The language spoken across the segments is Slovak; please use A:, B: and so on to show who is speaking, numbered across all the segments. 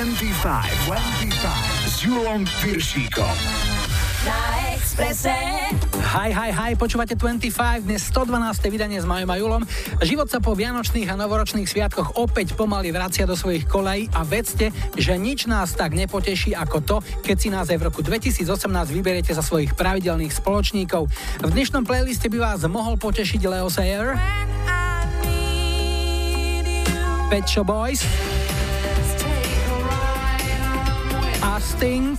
A: s Julom Piršíkom.
B: Na Expresse.
C: Hi, počúvate 25, dnes 112. vydanie s Majom a Julom. Život sa po vianočných a novoročných sviatkoch opäť pomaly vracia do svojich koľají a vedzte, že nič nás tak nepoteší ako to, keď si nás aj v roku 2018 vyberiete za svojich pravidelných spoločníkov. V dnešnom playliste by vás mohol potešiť Leo Sayer, Pet Shop Boys a Sting.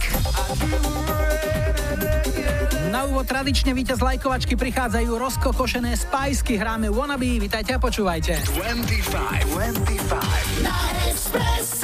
C: Na úvod tradične víťaz lajkovačky prichádzajú rozkokošené Spiceky, hráme Wannabe, vitajte a počúvajte.
A: 25
B: Na Expresse.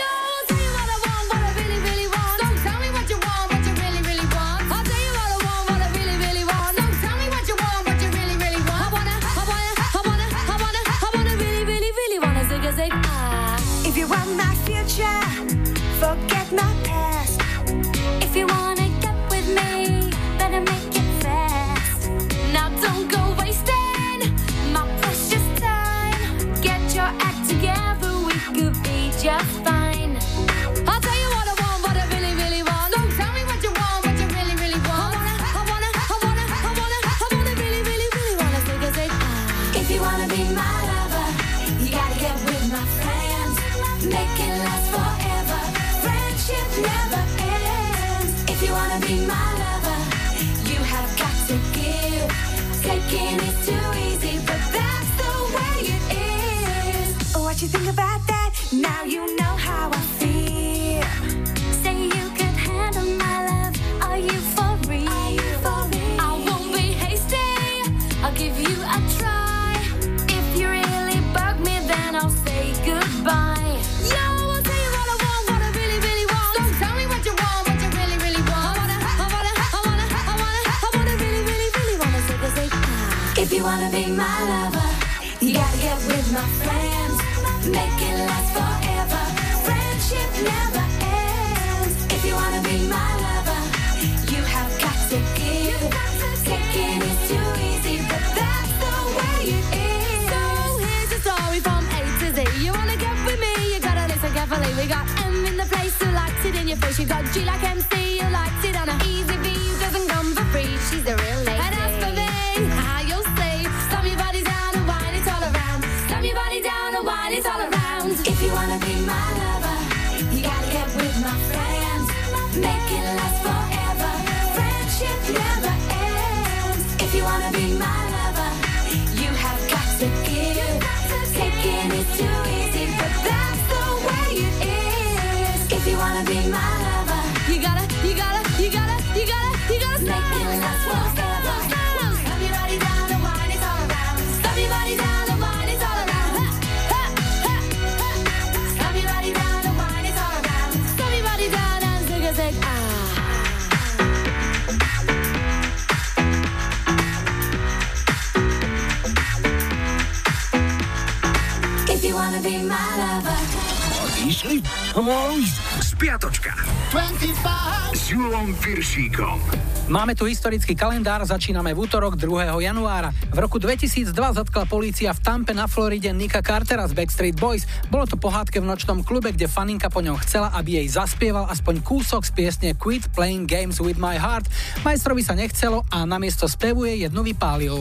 D: If you want my future, forget my past. If you wanna get with me, better make it fast. Now don't go wasting my precious time. Get your act together, we could be just fine. I'll tell you what I want, what I really, really want. Don't tell me what you want, what you really, really want. I wanna really, really, really wanna say, if you wanna be my lover, you gotta get with my friends. Make it last forever. Friendship never ends. If you wanna be my lover, you have got to give. Taking is too easy, but that's the way it is. What you think about that? Now you know how I feel. Say you can handle my love. Are you for real? I won't be hasty. I'll give you a try. If you really bug me, then I'll say goodbye. If you wanna be my lover, you gotta get with my friends. Make it last forever. Friendship never ends. If you wanna be my lover, you have got to give. Taking is too easy, but that's the way it is. So here's the story from A to Z. You wanna get with me, you gotta listen carefully. We got M in the place who likes it in your face. You got G like MC, who likes it on a easy V, who doesn't come for free. She's the real lady. And as for me, it's all around. If you wanna be my lover, you gotta get with my friends. Make it last forever. Friendship never ends. If you wanna be my lover, you have got to give. Taking is too easy, but that's the way it is. If you wanna be my lover, you gotta make it last forever. Stop your body down and wine, it's all around. Stop your body down and wine, it's all around.
A: Išli? Spiatočka 25 s Julom Piršíkom.
C: Máme tu historický kalendár, začíname v útorok 2. januára. V roku 2002 zatkla polícia v Tampe na Floride Nicka Cartera z Backstreet Boys. Bolo to pohádke v nočnom klube, kde faninka po ňom chcela, aby jej zaspieval aspoň kúsok z piesne Quit Playing Games with My Heart. Majstrovi sa nechcelo a namiesto spevu jej jednu vypálil.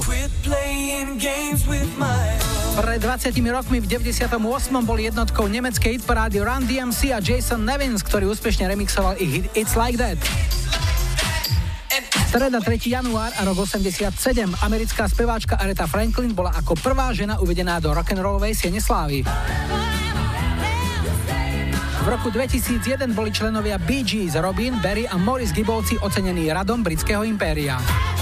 C: Pred 20 rokmi v 98. boli jednotkou nemeckej hitparády Run DMC a Jason Nevins, ktorý úspešne remixoval ich hit It's Like That. Streda 3. január a rok 87. Americká speváčka Aretha Franklin bola ako prvá žena uvedená do rock'n'rollovej siene slávy. V roku 2001 boli členovia Bee Gees, Robin, Barry a Maurice Gibbovci ocenení radom britského impéria.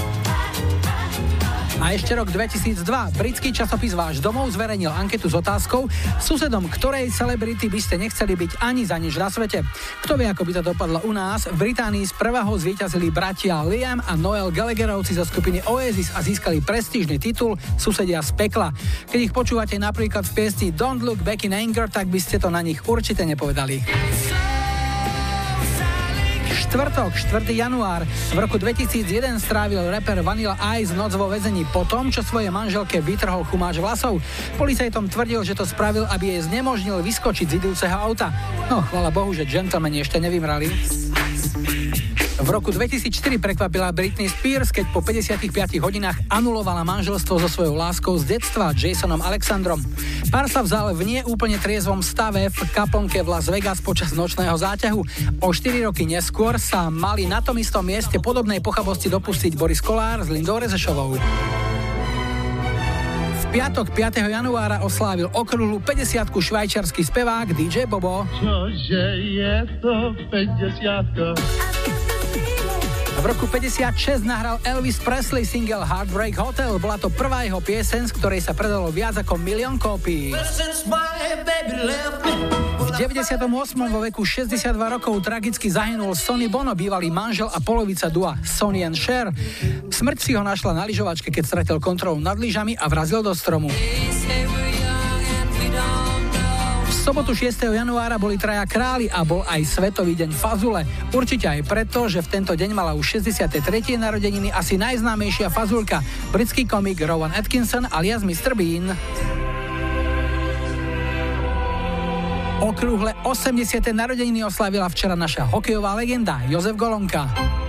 C: A ešte rok 2002. Britský časopis Váš domov zverejnil anketu s otázkou, susedom ktorej celebrity by ste nechceli byť ani za nič na svete. Kto vie, ako by to dopadlo u nás? V Británii z prvého zvíťazili bratia Liam a Noel Gallagherovci zo skupiny Oasis a získali prestížny titul Susedia z pekla. Keď ich počúvate napríklad v piesni Don't Look Back in Anger, tak by ste to na nich určite nepovedali. Štvrtok, 4. január. V roku 2001 strávil rapper Vanilla Ice noc vo väzení po tom, čo svojej manželke vytrhol chumáč vlasov. Policajtom tvrdil, že to spravil, aby jej znemožnil vyskočiť z idúceho auta. No, chvála Bohu, že gentlemani ešte nevymrali. V roku 2004 prekvapila Britney Spears, keď po 55 hodinách anulovala manželstvo so svojou láskou z detstva Jasonom Alexandrom. Pár sa vzal v nie úplne triezvom stave v kaplnke v Las Vegas počas nočného záťahu. O 4 roky neskôr sa mali na tom istom mieste podobnej pochabosti dopustiť Boris Kollár s Lindou Rezešovou. V piatok 5. januára oslávil okrúhlu 50-ku švajčiarsky spevák DJ Bobo.
E: Čože je to 50?
C: V roku 56 nahral Elvis Presley single Heartbreak Hotel. Bola to prvá jeho pieseň, z ktorej sa predalo viac ako 1 000 000 kópií. V 98. vo veku 62 rokov tragicky zahynul Sonny Bono, bývalý manžel a polovica dua Sonny and Cher. Smrť si ho našla na lyžovačke, keď stratil kontrolu nad lyžami a vrazil do stromu. V sobotu 6. januára boli traja králi a bol aj Svetový deň fazule. Určite aj preto, že v tento deň mala už 63. narodeniny asi najznámejšia fazulka, britský komik Rowan Atkinson alias Mr. Bean. Okrúhle 80. narodeniny oslávila včera naša hokejová legenda Jozef Golonka.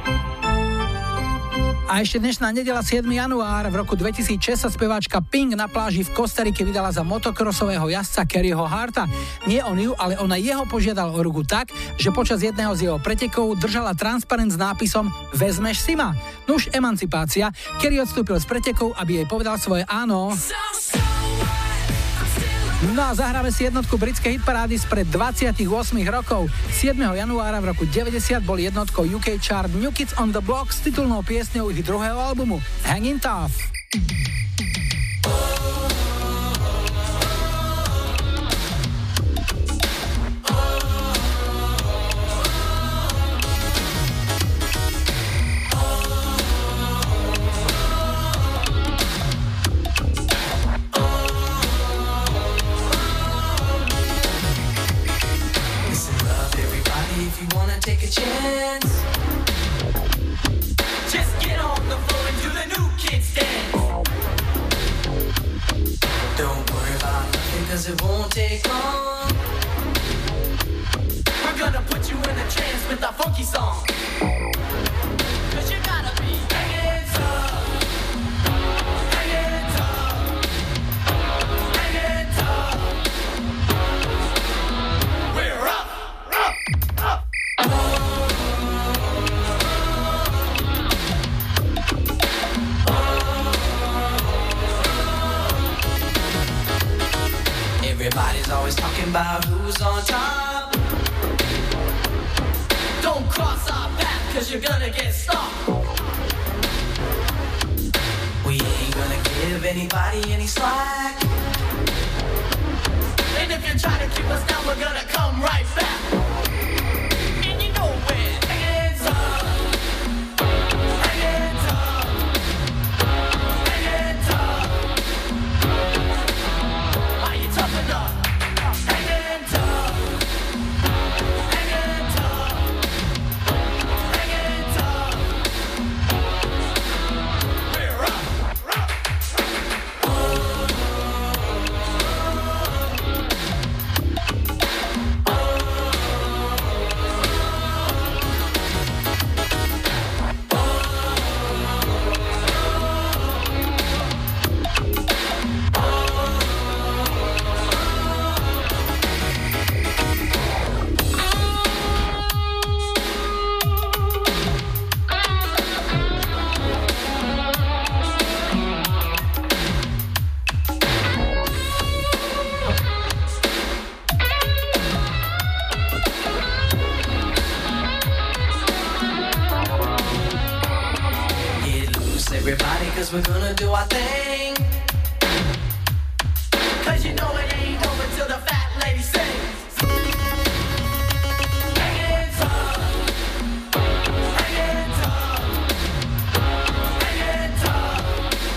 C: A ešte dnešná nedeľa 7. január. V roku 2006 sa speváčka Pink na pláži v Kostarike vydala za motokrosového jazdca Kerryho Harta. Nie on ju, ale ona jeho požiadal o ruku tak, že počas jedného z jeho pretekov držala transparent s nápisom Vezmeš si ma? Nuž emancipácia. Kerry odstúpil z pretekov, aby jej povedal svoje áno. No a zahráme si jednotku britskej hitparády spred 28 rokov. 7. januára v roku 90 bol jednotkou UK chart New Kids on the Block s titulnou piesňou ich druhého albumu Hangin' Tough.
F: Take a chance. Just get on the floor and do the New Kids dance. Don't worry about nothing, cause it won't take long. We're gonna put you in a trance with a funky song. Cause you gotta be hangin' tough. Hangin' tough. Hangin' tough. We're up. Everybody's always talking about who's on top. Don't cross our path, cause you're gonna get stopped. We ain't gonna give anybody any slack. And if you try to keep us down, we're gonna come right back. And you know when hanging tough. Hanging tough. Hanging tough. Are you tough enough? Hanging tough. Hanging tough. Hanging tough. We're up. Everybody, cause we're gonna do our thing. Cause you know it ain't over till the fat lady sings. Hangin' tough. Hangin' tough. Hangin' tough.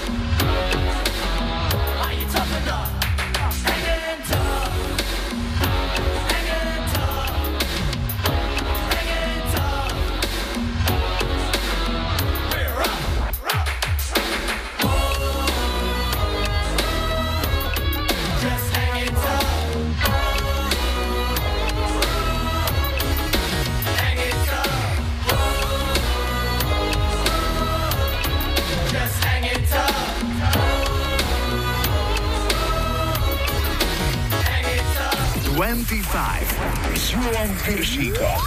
F: Are you tough enough? Hangin' tough. Hangin' tough. Hangin' tough.
A: 25 s Julom Piršíkom.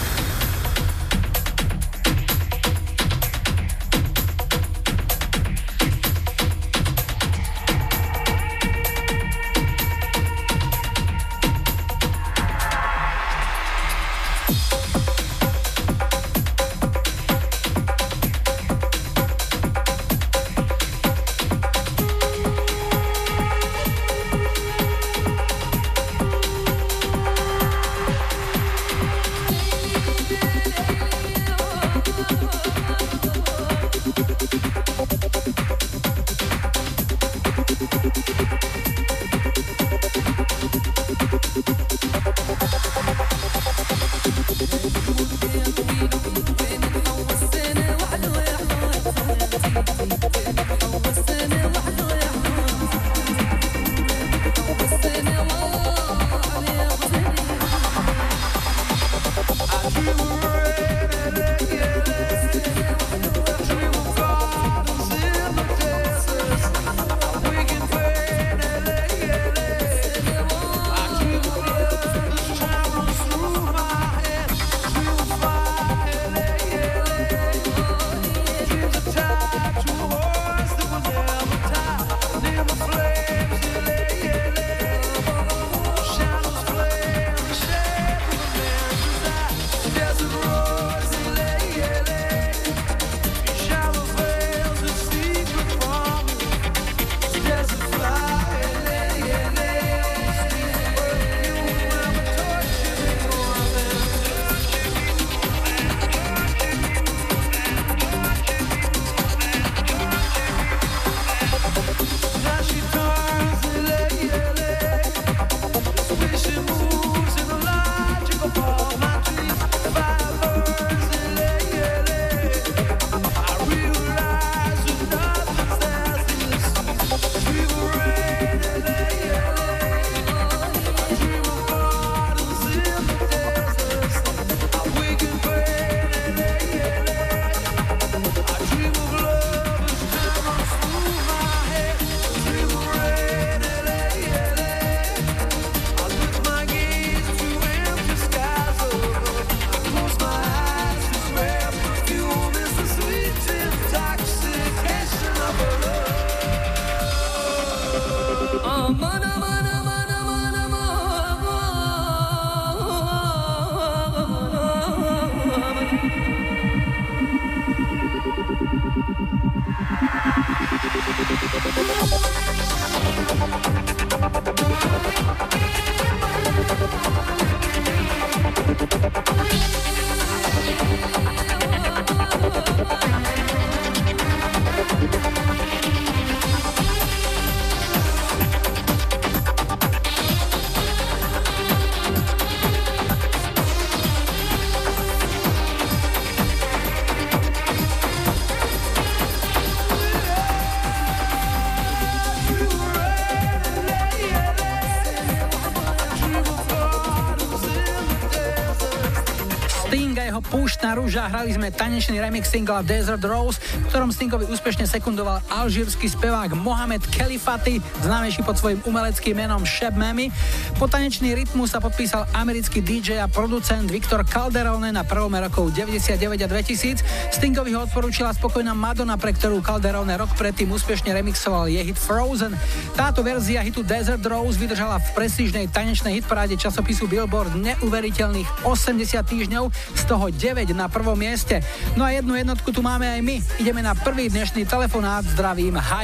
C: Púštna rúža, hrali sme tanečný remix singla Desert Rose, v ktorom Stingovi úspešne sekundoval alžírsky spevák Mohamed Khelifati, známejší pod svojím umeleckým menom Sheb Mami. Po tanečný rytmus sa podpísal americký DJ a producent Victor Calderone na prelome rokov 99 a 2000. Stingovi ho odporúčila spokojná Madonna, pre ktorú Calderone rok predtým úspešne remixoval jej hit Frozen. Táto verzia hitu Desert Rose vydržala v prestížnej tanečnej hitparáde časopisu Billboard neuveriteľných 80 týždňov, z toho 9 na prvom mieste. No a jednu jednotku tu máme aj my. Ideme na prvý dnešný telefonát. Zdravím. Hi.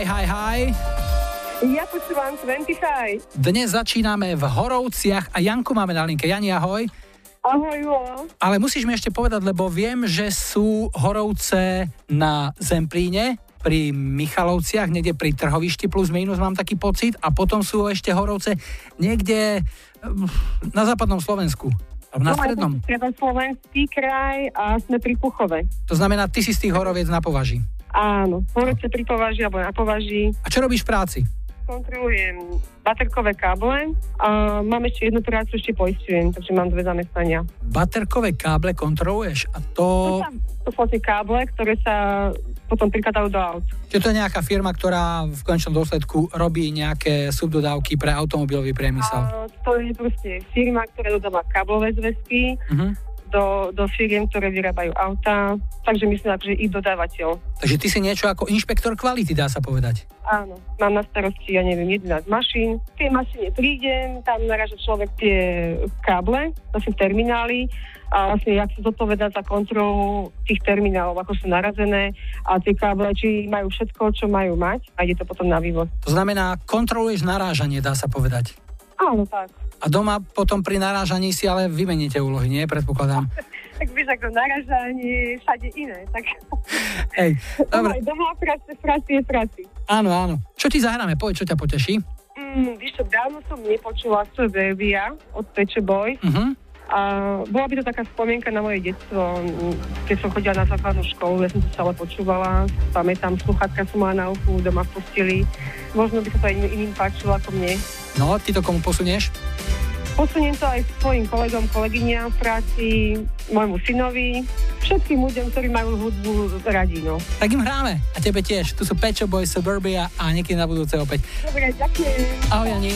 G: Ja počúvam 25.
C: Dnes začíname v Horovciach a Janku máme na linke. Jani, ahoj.
G: Ahoj, Julo.
C: Ale musíš mi ešte povedať, lebo viem, že sú Horovce na Zemplíne, pri Michalovciach, niekde pri Trhovišti plus minus, mám taký pocit. A potom sú ešte Horovce niekde na západnom Slovensku. Na strednom.
G: No, slovenský kraj a sme pri Puchove.
C: To znamená, ty si z tých Horoviec na Považí.
G: Áno, Horovce pri Považí alebo na Považí.
C: A čo robíš v práci?
G: kontrolujem baterkové káble a mám ešte jednu prácu, ešte poisťujem, takže mám 2 zamestnania.
C: Baterkové káble kontroluješ a to...
G: To sú tie káble, ktoré sa potom prikladajú do aut.
C: Čiže to je nejaká firma, ktorá v konečnom dôsledku robí nejaké subdodávky pre automobilový priemysel.
G: To je proste firma, ktorá dodáva káblové zväzky do firiem, ktoré vyrábajú autá, takže myslím, že ich dodávateľ. Takže
C: ty si niečo ako inšpektor kvality, dá sa povedať.
G: Áno, mám na starosti, 11 mašín. V tej mašine prídem, tam naráža človek tie káble, to sú terminály a vlastne ja si zodpovedá za kontrolu tých terminálov, ako sú narazené a tie káble, či majú všetko, čo majú mať a ide to potom na vývoz.
C: To znamená, kontroluješ narážanie, dá sa povedať.
G: Áno, tak.
C: A doma potom pri narážaní si ale vymeníte úlohy, nie? Predpokladám.
G: Tak vieš, ako narážanie všade iné, tak...
C: Hej, dobre.
G: Doma práci je práci.
C: Áno, áno. Čo ti zahráme? Povedz, čo ťa poteší?
G: Víš čo, dávno som nepočula Suburbia od Pet Shop Boys. A bola by to taká spomienka na moje detstvo, keď som chodila na základnú školu, ja som to stále počúvala, pamätám, sluchátka som mala na uchu, doma v posteli. Možno by sa to aj iným páčilo ako mne.
C: No, ty to komu posunieš?
G: Posuniem to aj svojim kolegom, kolegyniam v práci, môjmu synovi, všetkým ľuďom, ktorí majú hudbu radi, no.
C: Tak im hráme. A tebe tiež. Tu sú Pet Shop Boys, Suburbia a niekedy na budúce opäť.
G: Dobre, ďakujem.
C: Ahoj, Jani.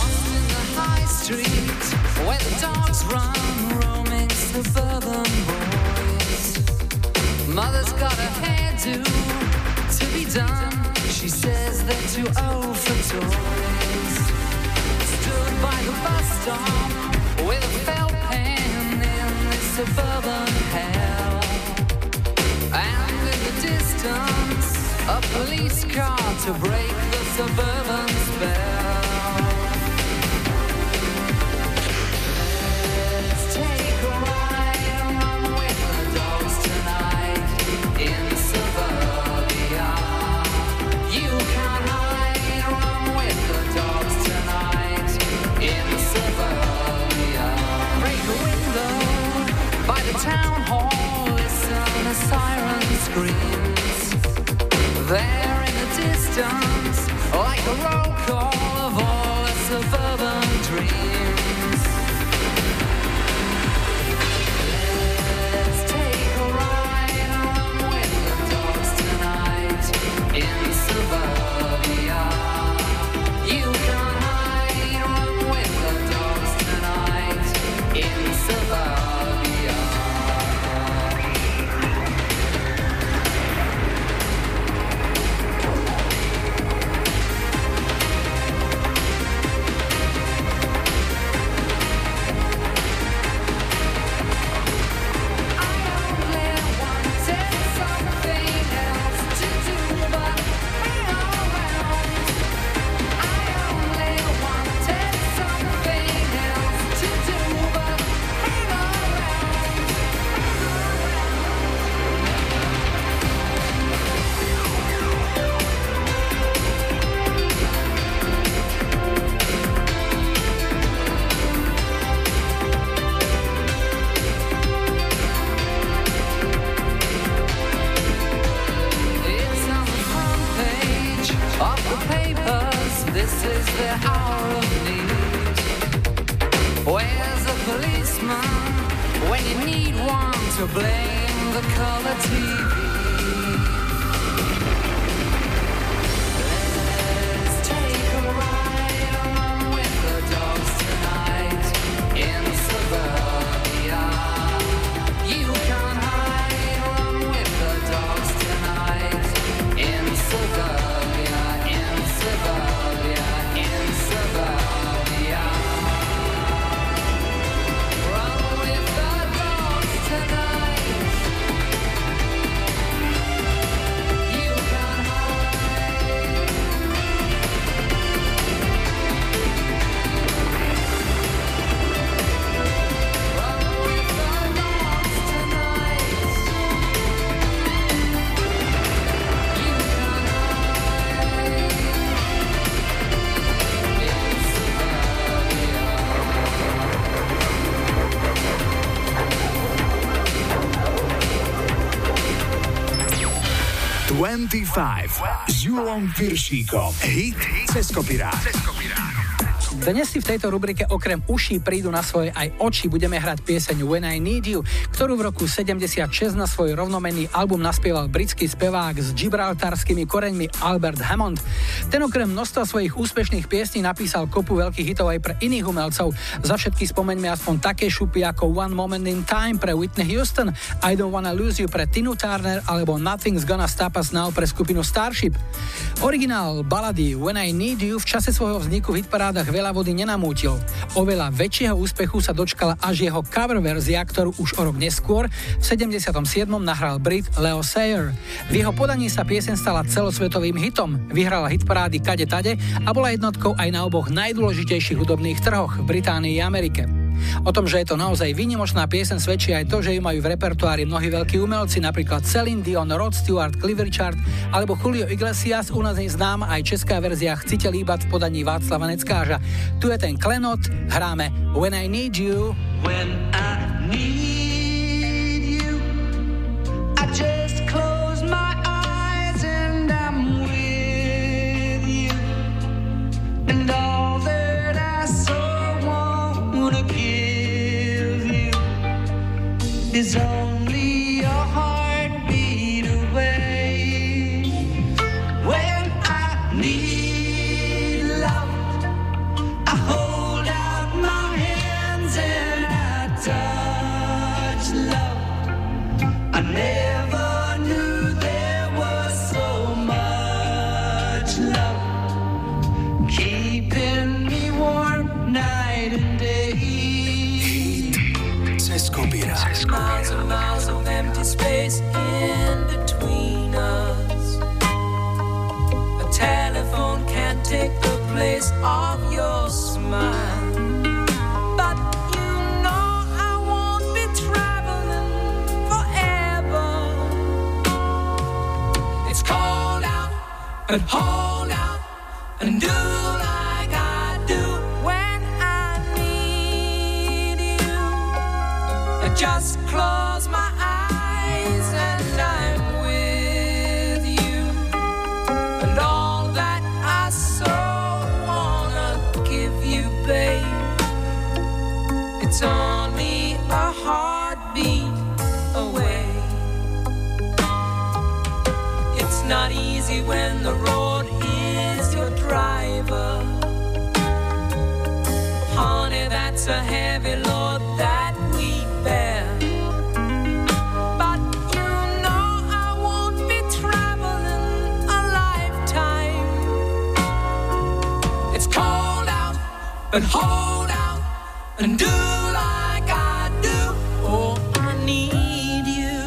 F: Where the dogs run, roaming suburban boys. Mother's got a hairdo to be done. She says they're too old for toys. Stood by the bus stop with a felt pen in this suburban hell. And in the distance, a police car to break the suburban spell. Town hall, listen, a siren screams. There in the distance, like a roll call of all the suburban dreams. Let's take a ride and run with the dogs tonight in suburbia. You can hide, run with the dogs tonight in suburbia.
A: 25 s Julom Piršíkom. Hit cez kopirát.
C: Dnes si v tejto rubrike okrem uší prídu na svoje aj oči. Budeme hrať pieseň When I Need You, ktorú v roku 76 na svoj rovnomenný album naspieval britský spevák s gibraltarskými koreňmi Albert Hammond. Ten okrem množstva svojich úspešných piesní napísal kopu veľkých hitov aj pre iných umelcov. Za všetky spomeňme aspoň také šupy ako One Moment in Time pre Whitney Houston, I Don't Wanna Lose You pre Tinu Turner alebo Nothing's Gonna Stop Us Now pre skupinu Starship. Originál balady When I Need You v čase svojho vzniku v hitparádach veľa vody nenamútil. Oveľa väčšieho úspechu sa dočkala až jeho cover verzia, ktorú už o rok neskôr v 77. nahral Brit Leo Sayer. V jeho podaní sa pieseň stala celosvetovým hitom, vyhrala hitparády kade tade a bola jednotkou aj na oboch najdôležitejších hudobných trhoch v Británii a Amerike. O tom, že je to naozaj výnimočná pieseň, svedčí aj to, že ju majú v repertoári mnohí veľkí umelci, napríklad Celine Dion, Rod Stewart, Cliff Richard alebo Julio Iglesias. U nás je známa aj česká verzia Chcite líbať v podaní Václava Neckáža. Tu je ten klenot, hráme When I Need You.
F: When I need you, I just close my eyes and I'm with you, and all that I so wanna give you is only your heartbeat away. When I need love, I hold out my hands and I touch love. I never knew there was so much love keeping me warm night and day.
A: Cez kopirát.
F: Miles and miles of empty space in between us. A telephone can't take the place of your smile. But you know I won't be traveling forever. It's cold out, but hold out and do like I do when I need you. I just close my eyes and I'm with you, and all that I so wanna give you, babe, it's only a heartbeat away. It's not easy when the road is your driver. Honey, that's a heavy load that we bear. But you know I won't be traveling a lifetime. It's cold out, but hold out and do like I do. Oh, I need you.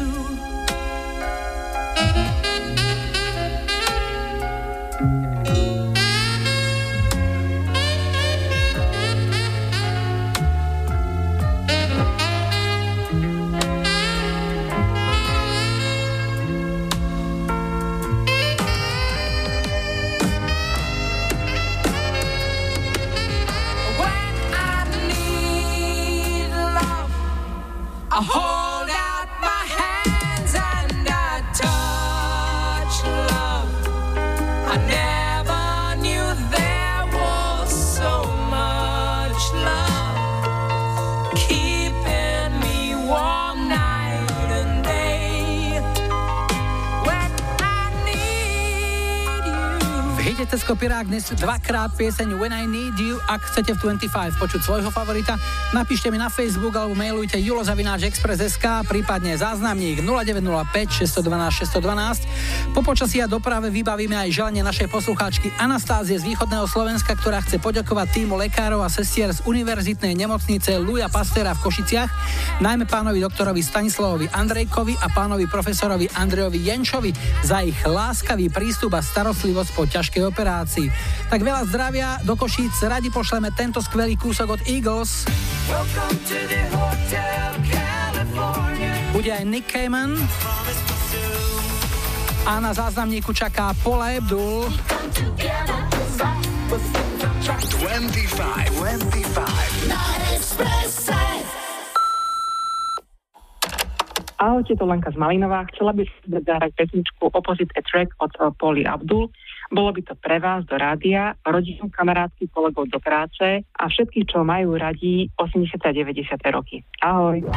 F: When I need love, I hold out my hands and I touch love. I never knew there was so much love keeping me warm night and day. When I need you.
C: V hite cez kopirák dnes dvakrát pieseň When I Need You. Ak chcete v 25 počuť svojho favorita, napíšte mi na Facebook alebo mailujte julo@express.sk, prípadne záznamník 0905 612 612. Po počasí a doprave vybavíme aj želanie našej poslucháčky Anastázie z východného Slovenska, ktorá chce poďakovať týmu lekárov a sestier z Univerzitnej nemocnice Louisa Pasteura v Košiciach, najmä pánovi doktorovi Stanislavovi Andrejkovi a pánovi profesorovi Andrejovi Jenčovi za ich láskavý prístup a starostlivosť po ťažkej operácii. Tak veľa zdravia do Košíc, radi pošleme tento skvelý kúsok od Eagles.
F: Welcome to the Hotel California.
C: Bude aj Nick Cayman a na záznamníku čaká Paula Abdul.
A: 25
B: Na Expresse.
H: Ahojte, to Lenka z Malinová. Chcela by som zahrať pesničku Opposite Attract od Pauli Abdul. Bolo by to pre vás do rádia, rodinu, kamarátky, kolegov do práce a všetkých, čo majú radi 80. a 90. roky. Ahoj.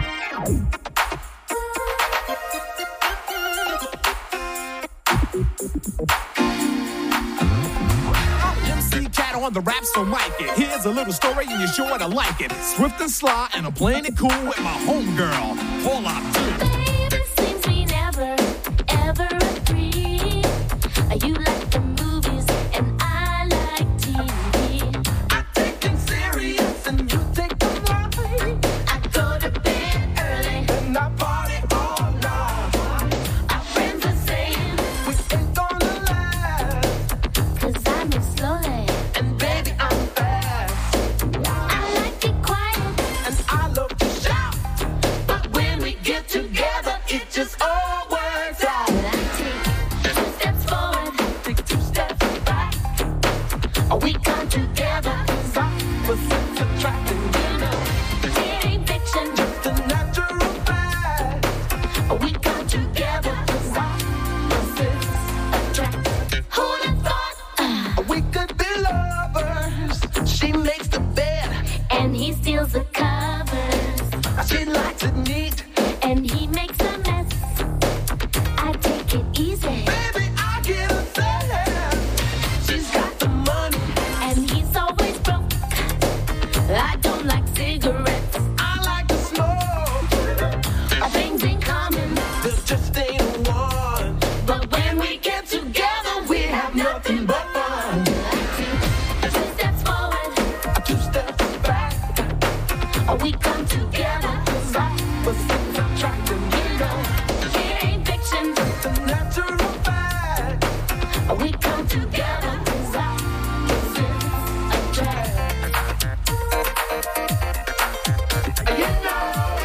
I: On the rap, so mic it. Here's a little story and you're sure to like it. Swift and sly and I'm playing it cool with my homegirl, Paula Abdul.
D: Baby, seems we never, ever agree. You like the movies and I like TV.
F: I take them serious and you take them right.
D: I go to bed early
F: And I party all night.
D: Our friends are saying
F: We ain't gonna last.
D: 'cause I move slowly.
F: And baby, I'm fast.
D: I like it quiet.
F: And I love to shout. But when we get together, it just all works out.
D: But I take 2 steps forward,
F: Take 2 steps back.
D: we come together.
F: Opposites attracting, you know.
D: It ain't fiction.
F: The natural fact.
D: We come together.
F: Opposites attract.
D: Who'd have thought?
F: We could be lovers. She makes the bed.
D: And he steals the covers.
F: She likes it neat.
D: And he makes a mess. I take it easy.
F: Baby, I get upset. She's got the money.
D: And he's always broke. I don't like cigarettes.
F: I like to smoke.
D: Our things in common.
F: There just ain't one.
D: But when we get together, we have
F: Nothing but fun.
D: I take 2 steps forward.
F: 2 steps back.
D: We come together.
F: Opposites attracting, you know.
D: It ain't fiction.
F: The natural fact.
D: We come together. Opposites attract.
F: You know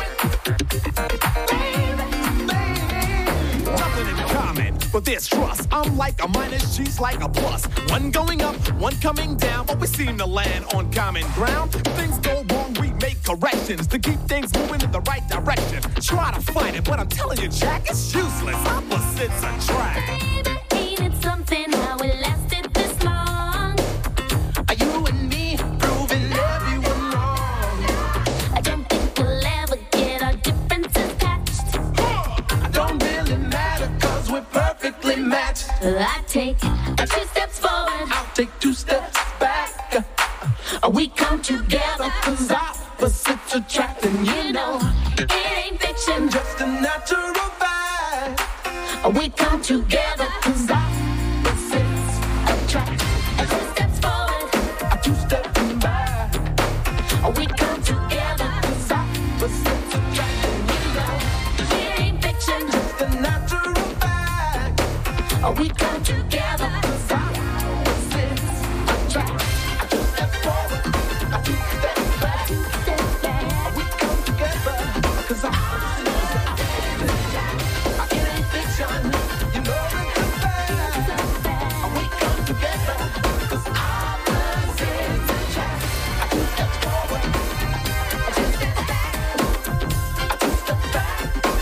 I: Nothing in common, but there's trust. I'm like a minus, she's like a plus. One going up, one coming down, but we seem to land on common ground. If things go wrong, we make corrections to keep things moving in the right direction. Try to fight it, but I'm telling you, Jack, it's useless. Opposites attract.
D: Baby, ain't it something how it lasted this long?
F: Are you and me proving everyone wrong?
D: I don't think we'll ever get our differences patched.
F: Don't really matter 'cause we're perfectly matched.
D: I take 2 steps forward.
F: I'll take 2 steps back.
D: We come together.
F: 'Cause opposites attracting, you
D: You know, it ain't fiction.
F: just a natural fact.
D: We come together. 'Cause opposites attract. 2 steps forward.
F: 2 steps back.
D: We come together. 'Cause
F: Opposites attracting, you know.
D: it ain't fiction.
F: The natural fact.
D: We come together.
F: 'Cause opposites attract. 2 steps forward. 2 steps back.
D: 2 steps back.
F: We come together. 'Cause opposites attract. It ain't fiction. You know it's a fact. We come together. 'Cause opposites attract. 2 steps forward. 2 steps back. 2 steps back.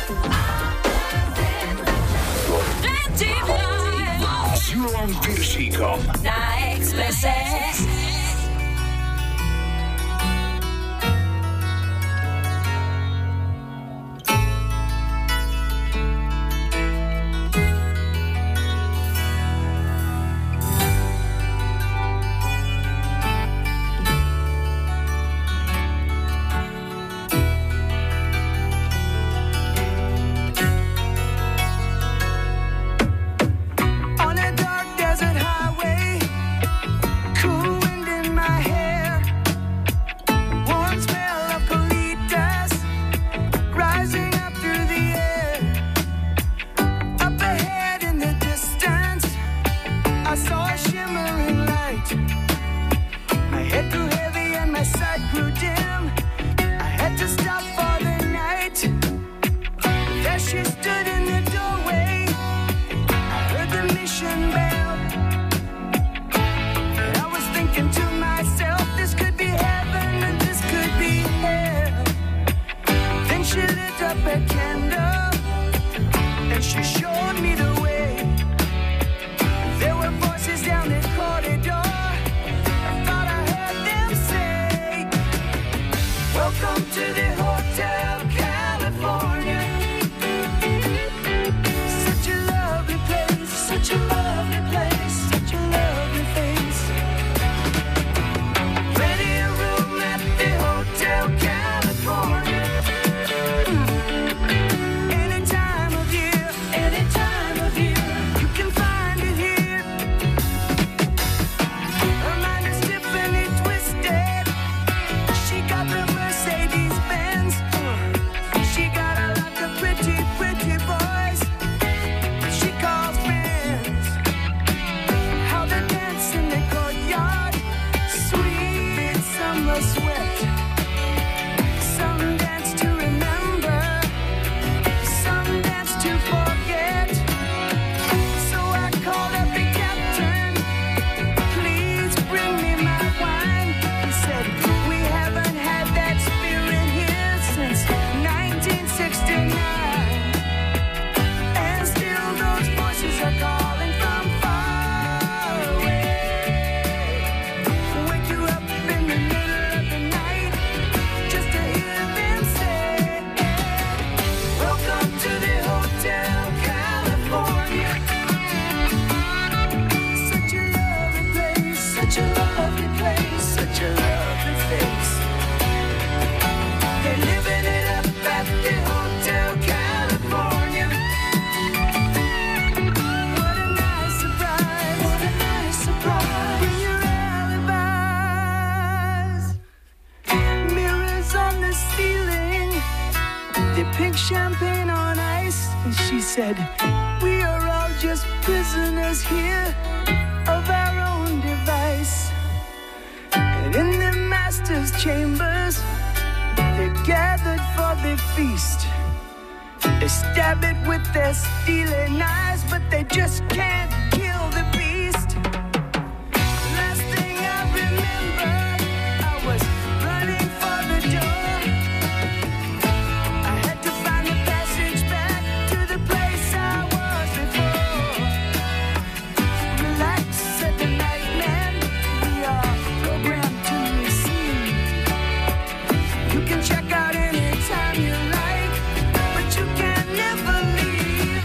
A: S Julom Piršíkom.
B: Na Expresse.
J: On a dark desert highway, cool wind in my hair, warm smell of colitas rising up through the air. Up ahead in the distance, I saw a shimmering light. My head grew heavy and my sight grew dim. I had to stop for the night. There she stood in the doorway. Heard the mission bell. I was thinking to myself, this could be heaven and this could be hell. Then she lit up a candle sweat. Some dance to remember, some dance to forget. So I called up the captain, please bring me my wine. He said, we haven't had that spirit here since 1969. And still those voices are calling from far away. Wake you up in the middle of the night just to hear them say, welcome to the Hotel California. Such a lovely place, such a lovely place, such a lovely face. They're living it up at the Hotel California. What a nice surprise, what a nice surprise. Bring your alibis. Mirrors on the ceiling, they pink champagne on ice. And she said, we are all just prisoners here of our own device. And in the master's chambers, they're gathered for the feast. They stab it with their steely knives, but they just can't kill the beast. Last thing I remember, I was running for the door. I had to find the passage back to the place I was before. Relax, said the nightman, we are programmed to receive. You can check out anytime you like, but you can never leave.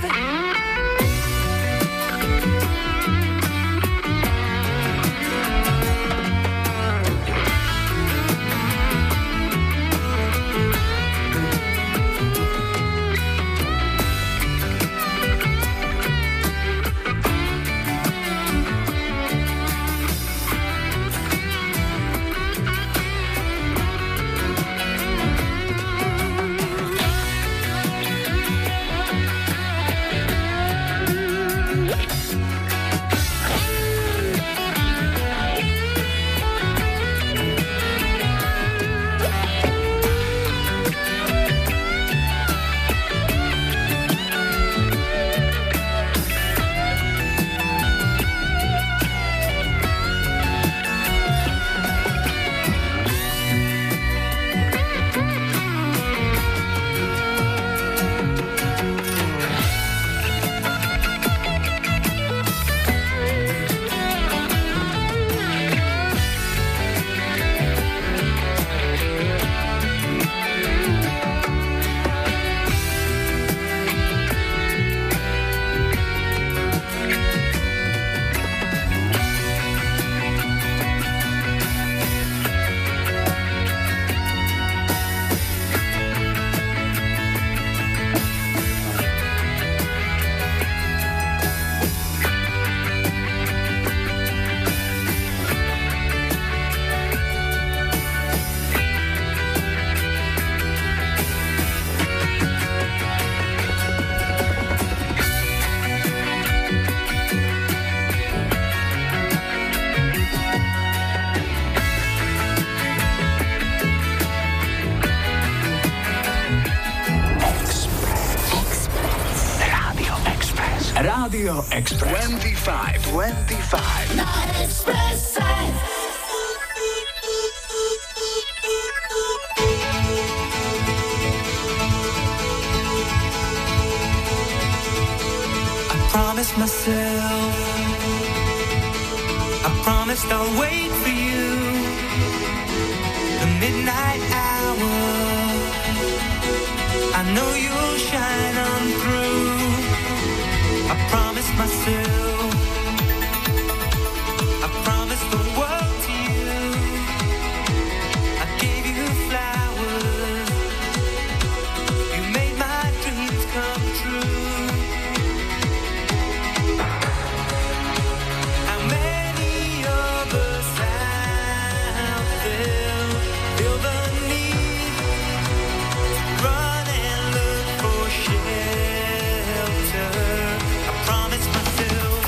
A: Radio Express 25
B: Na Expresse.
J: Promised myself, I promised I'll wait for you. The midnight hour, I know you'll shine on through. I promised myself, I promised the world to you. I gave you flowers, you made my dreams come true. Feel the need, run and look for shelter. I promised myself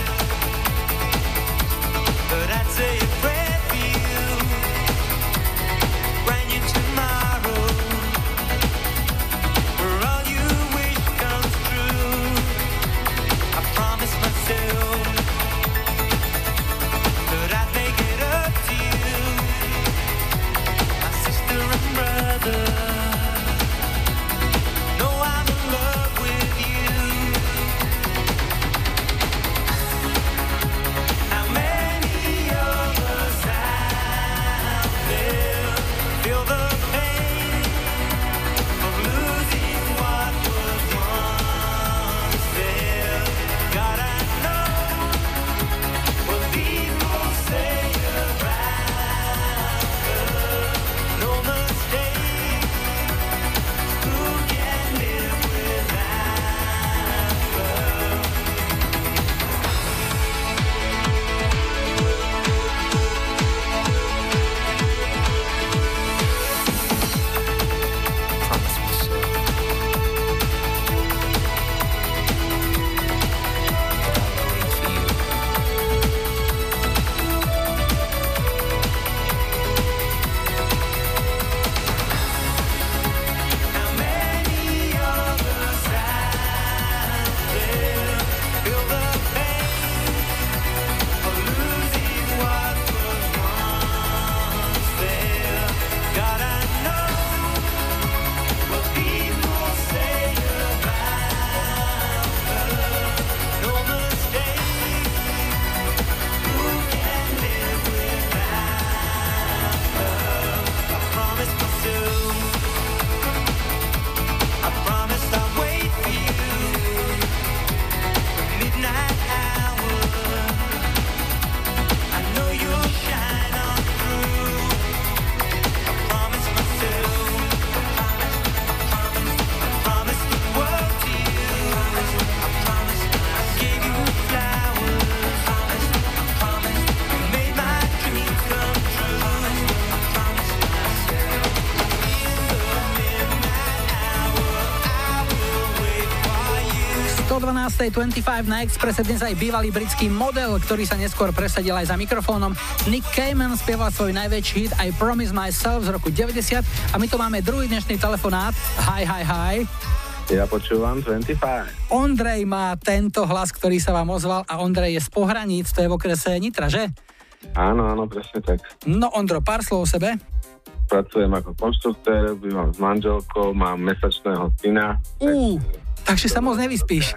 C: 12.25 na Expresse dnes aj bývalý britský model, ktorý sa neskôr presadil aj za mikrofónom. Nick Cayman spieval svoj najväčší hit I Promise Myself z roku 90 a my tu máme druhý dnešný telefonát. Hi.
K: Ja počúvam 25.
C: Ondrej má tento hlas, ktorý sa vám ozval a Ondrej je z Pohraníc, to je v okrese Nitra, že?
K: Áno, presne tak.
C: No Ondro, pár slov o sebe.
K: Pracujem ako konštruktér, bývam s manželkou, mám mesačného syna.
C: Takže sa moc nevyspíš.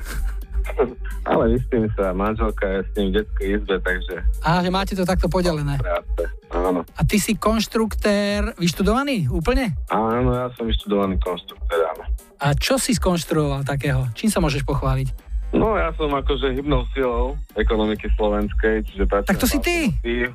K: Ale vyspím sa, manželka je s ním v detskej izbe, takže...
C: Že máte to takto podelené.
K: Áno.
C: A ty si konštruktér vyštudovaný úplne?
K: Áno, ja som vyštudovaný konštruktér, áno.
C: A čo si skonštruoval takého? Čím sa môžeš pochváliť?
K: No, ja som akože hybnou silou ekonomiky slovenskej, čiže pracujem...
C: Tak to si ty?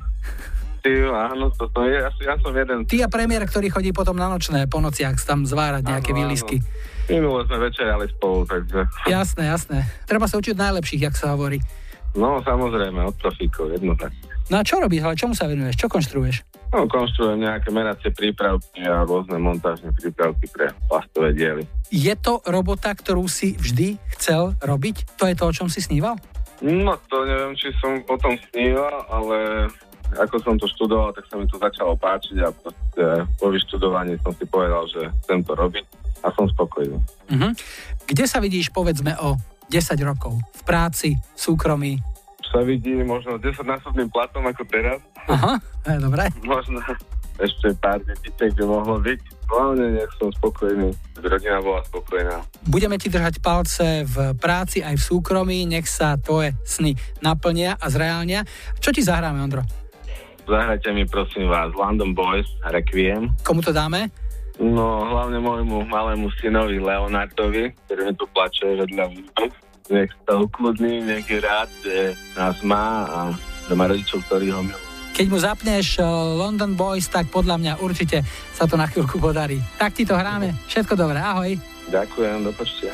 K: Áno, to som ja som jeden...
C: Ty a premiér, ktorý chodí potom na nočné, po nociach tam zvárať nejaké výlisky.
K: Minule sme večerali spolu, takže...
C: Jasné. Treba sa učiť najlepších, jak sa hovorí.
K: No, samozrejme, od profíkov, jednoznačne.
C: No a čo robíš, ale čomu sa venuješ? Čo konštruuješ?
K: No, konštruujem nejaké meracie prípravky a rôzne montážne prípravky pre plastové diely.
C: Je to robota, ktorú si vždy chcel robiť? To je to, o čom si sníval?
K: No, to neviem, či som potom sníval, ale ako som to študoval, tak sa mi to začalo páčiť a po vyštudovaní som si povedal, že chcem to robiť a som spokojný.
C: Kde sa vidíš, povedzme, o 10 rokov? V práci, v súkromí?
K: Sa vidí možno 10-násobným platom ako teraz.
C: Aha, dobre.
K: Možno ešte pár detičiek by mohlo byť. Hlavne nech som spokojný, rodina bola spokojná.
C: Budeme ti držať palce v práci aj v súkromí, nech sa tvoje sny naplnia a zreálnia. Čo ti zahráme, Ondro?
K: Zahrajte mi prosím vás London Boys, Requiem.
C: Komu to dáme?
K: No, hlavne môjmu malému synovi Leonardovi, ktorý mi tu plače vedľa výzby. Nech sa ukludný, nech je rád, že nás má a že má rodičov, ktorí ho milujú.
C: Keď mu zapneš London Boys, tak podľa mňa určite sa to na chvíľku podarí. Tak ti to hráme. Všetko dobré, ahoj.
K: Ďakujem, do počutia.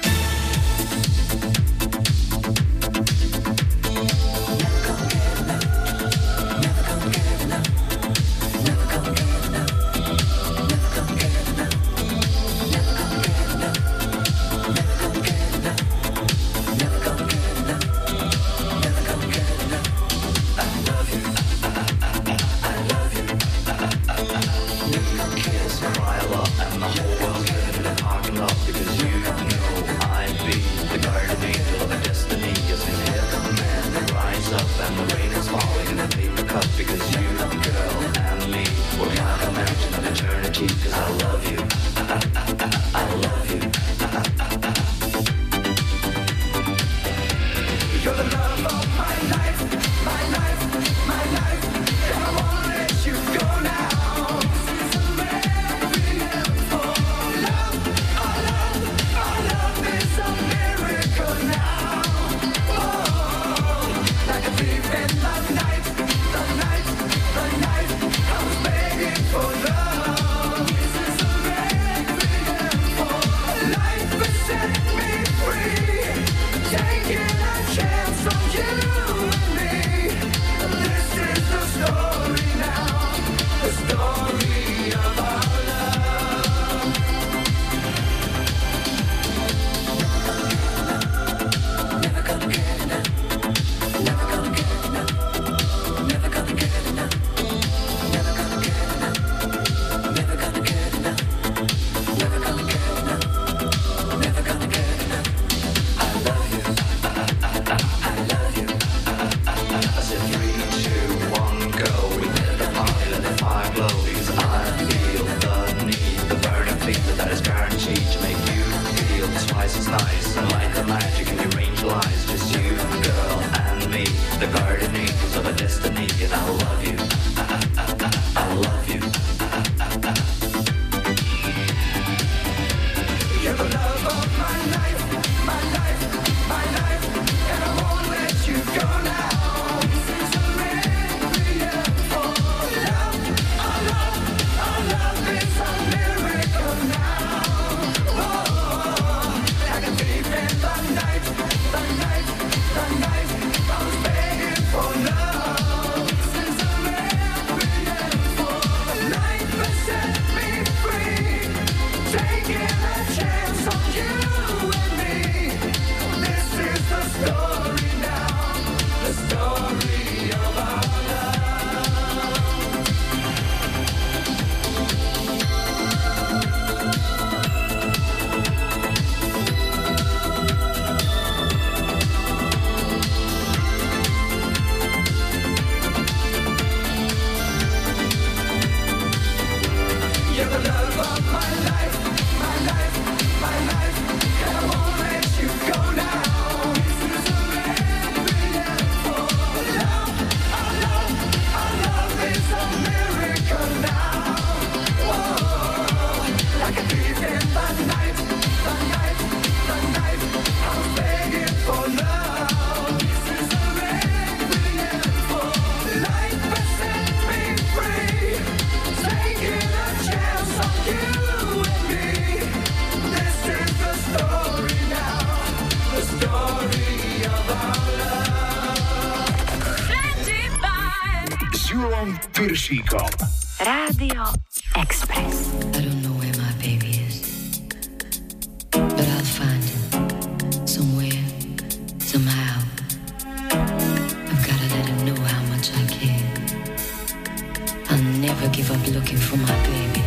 A: Piršíkom.
L: Rádio Express.
M: I don't know where my baby is, but I'll find him somewhere, somehow. I've gotta let him know how much I care. I'll never give up looking for my baby.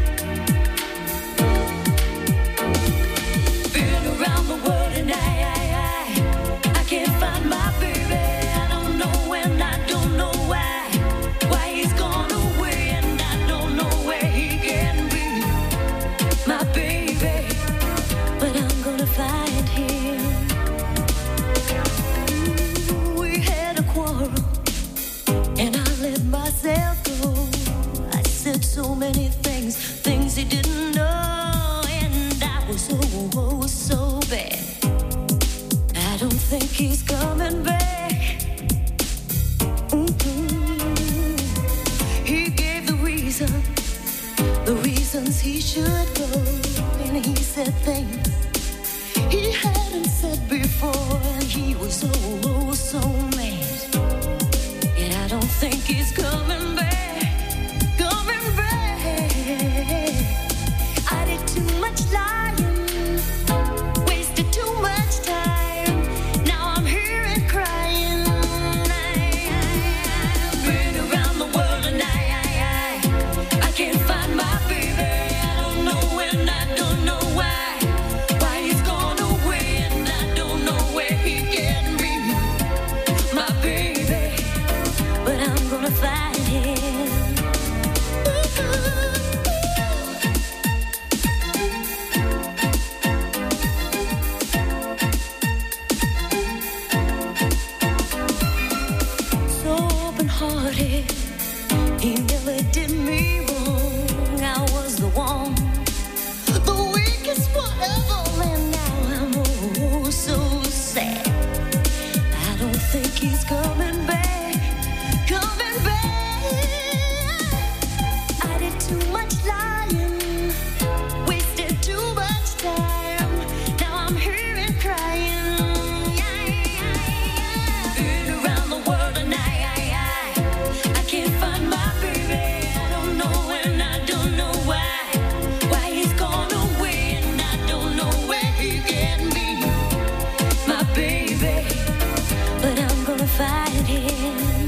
B: Been around the world and I can't find my baby. I don't know when, I don't know why he's gone away, and I don't know where he can be, my baby. But I'm gonna find him. We had a quarrel and I let myself go. I said so many things he didn't know, and I was so bad. I don't think he's coming back. He gave the reasons he should go, and he said things he hadn't said before, and he was so mad. And I don't think he's coming back. I did too much lying, wasted too much time. Now I'm here and crying. I've been around the world and I can't find my baby. I don't know when, I don't know why he's gone away, and I don't know where he can be, my baby. But I'm gonna find him. He never did me wrong. I was the one, the weakest one ever, and now I'm so sad. I don't think he's coming back, coming back. I did too much lying, wasted too much time. Now I'm here and crying. Been around the world and I can't find my baby. I don't know when, I don't know why he's gone away, and I don't know where he can be, my baby. But I'm gonna find him.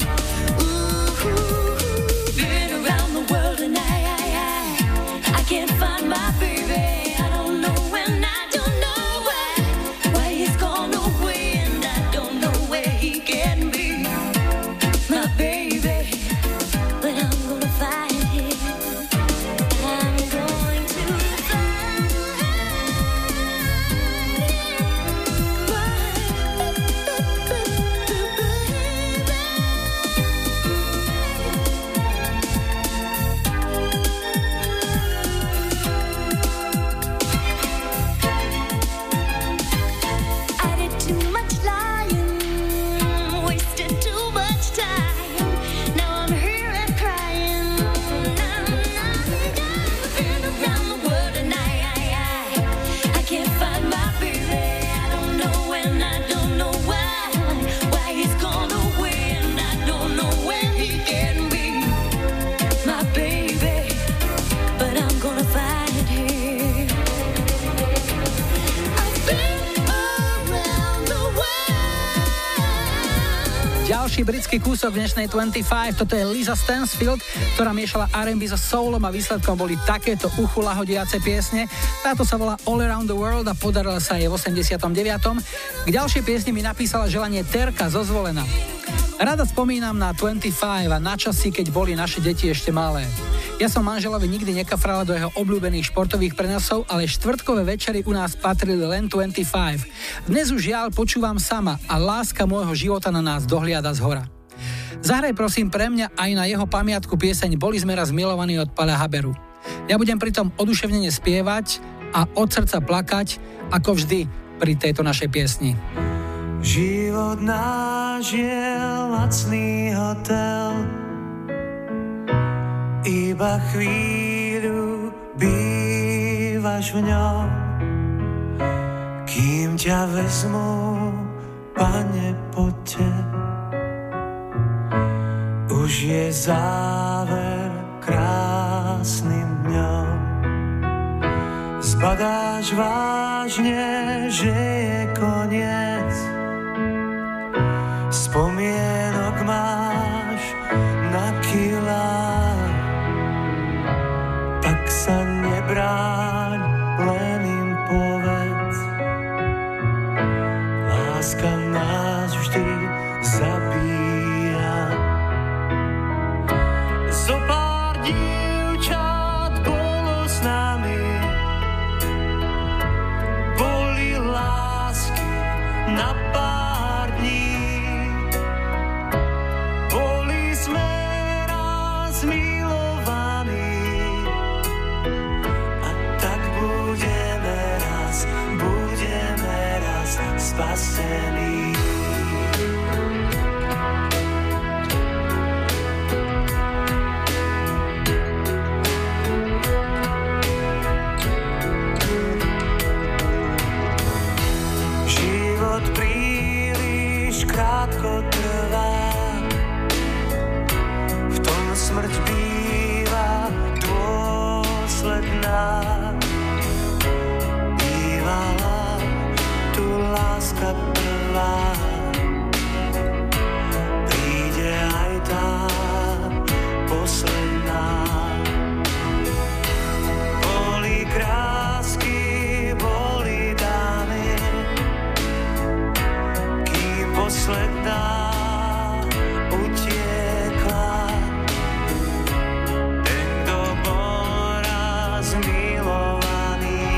B: Been around the world and I can't find my baby. I don't know when, I don't know why he's gone away, and I don't know where he can be, my baby. But I'm gonna find him. I'm going to find I did too much lying, wasted too much time. Now I'm here and crying. Been around the world and I can't find my baby. I don't know when, I don't know why he's gone away, and I don't know where he can be, my baby. But I'm gonna find him. I've been around the world.
C: Ďalší britský kúsok dnešnej 25, toto je Lisa Stansfield, ktorá miešala R&B so soulom a výsledkom boli takéto uchu lahodiace piesne. Táto sa volá All Around the World a podarila sa jej v 89. K ďalšej piesni mi napísala želanie Terka zo Zvolena. Rada spomínam na 25 a na časy, keď boli naše deti ešte malé. Ja som manželovi nikdy nekafrala do jeho obľúbených športových prenosov, ale štvrtkové večery u nás patrili len 25. Dnes už žiaľ počúvam sama a láska môjho života na nás dohliada zhora. Zahraj prosím pre mňa aj na jeho pamiatku pieseň Boli sme raz milovaní od Paľa Haberu. Ja budem pritom oduševnene spievať a od srdca plakať, ako vždy pri tejto našej piesni.
J: Život náš je lacný hotel, iba chvíľu bývaš v ňom, kým ťa vezmu, Pane, poďte. Už je záver krásnym dňom. Zbadáš vážne, že je koniec. Spomienok máš na kilá. Tak sa nebráň, len im povedz. Láska nás vždy zabíja. Zopár dievčat bolo s nami. Boli lásky na pár dní. Boli sme raz milovaní. A tak budeme raz spasení. Život príliš krátko trvá, v tom smrť býva dôsledná. Bývala tu láska prvá, príde aj tá posledná. Boli krásky, boli dámy, kým posledná utiekla. Ten, kto bol raz milovaný,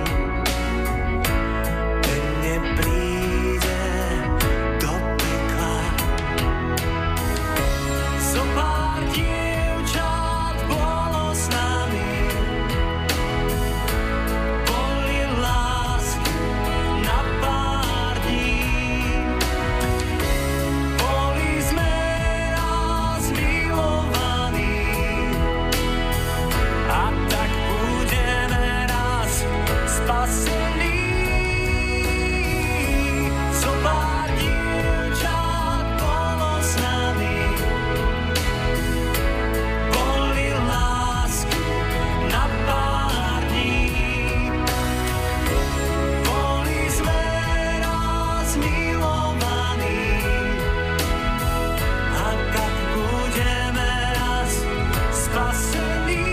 J: ten nepríde do pekla. Zopár dievčat bolo s nami. Boli lásky na pár dní. Boli sme raz milovaní. A tak budeme raz spasení. Zopár dievčat bolo s nami. Boli lásky na pár dní. Boli sme raz milovaní. A tak budeme raz spasení.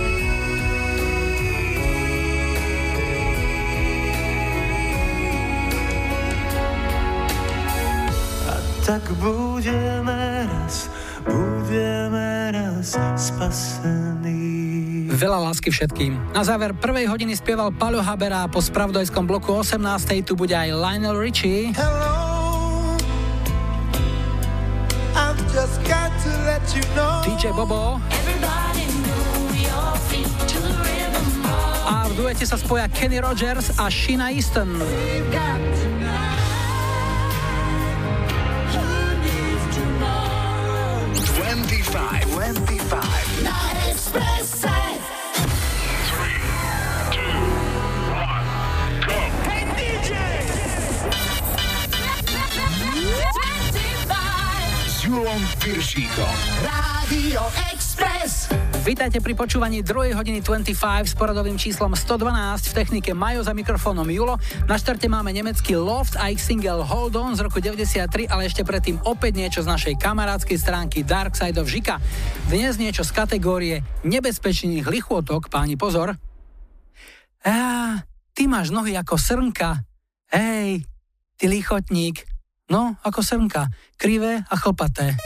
J: A tak budeme raz spasení.
C: Veľa lásky všetkým. Na záver prvej hodiny spieval Paľo Habera, po spravodajskom bloku 18. tu bude aj Lionel Richie.
J: I've just got to let you know.
C: DJ Bobo. A v duete sa spoja Kenny Rogers a Sheena Easton.
A: Na Expresse. 3, 2, 1, go. Hey DJ! 25. S Julom Piršíkom. Rádio Express.
C: Vítajte pri počúvaní 2. hodiny 25 s poradovým číslom 112. V technike Majo, za mikrofónom Julo. Na štarte máme nemecký Loft a ich single Hold On z roku 93, ale ešte predtým opäť niečo z našej kamarádskej stránky Dark Side of Žika. Dnes niečo z kategórie nebezpečných lichôtok, páni pozor. Ty máš nohy ako srnka. Hej, ty lichotník. No, ako srnka. Krivé a chlpaté.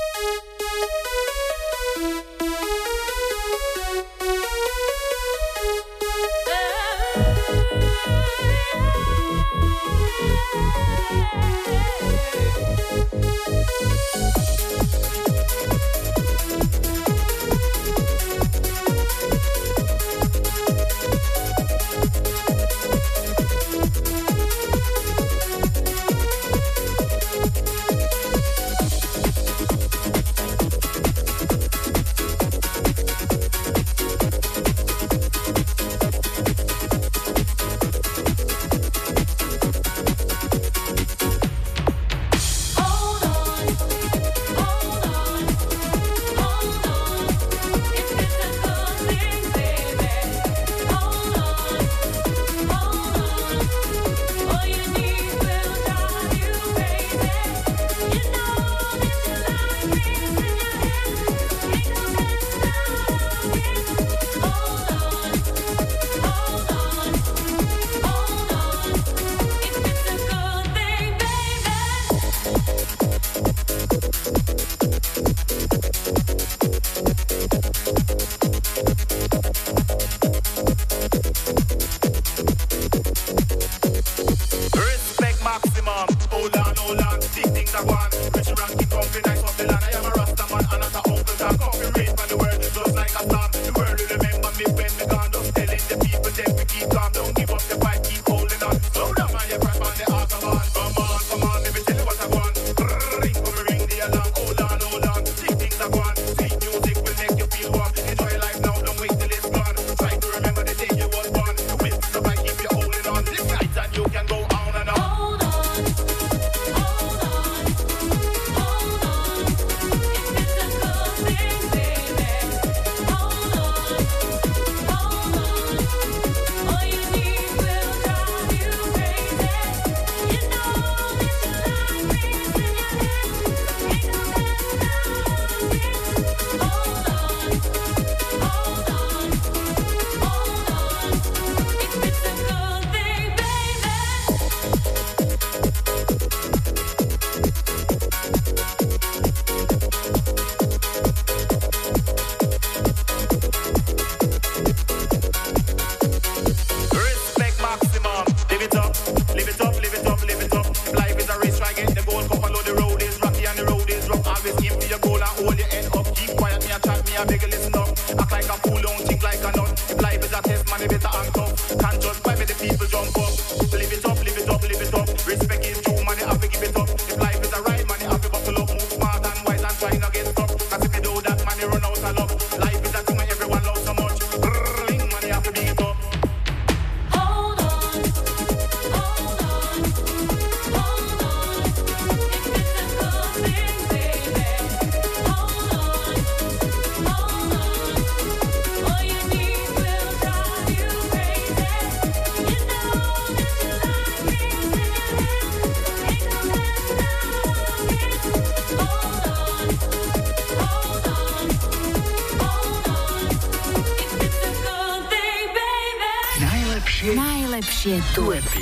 N: I beg you listen up. Act like a fool, don't think like a nut. If life is a test, man, you better act up. Can't just why make the people jump up. Live it up, live it up, live it up. Respect is due, man, you have to give it up. If life is a ride, man, you have to buckle up. Move smart and wise and try not get stuck. Cause if you do that, man, you run out of luck. Life is a thing when everyone loves so much. Brrrling, man, you have to big it up.
F: Hold on, hold on, hold on. If it's a good thing, baby. Hold on, hold on. All you need will drive you crazy. You know that you like me, ain't no messing around it. Hold on, hold on, hold on. If it's a good thing, baby.
C: Najlepšie duety.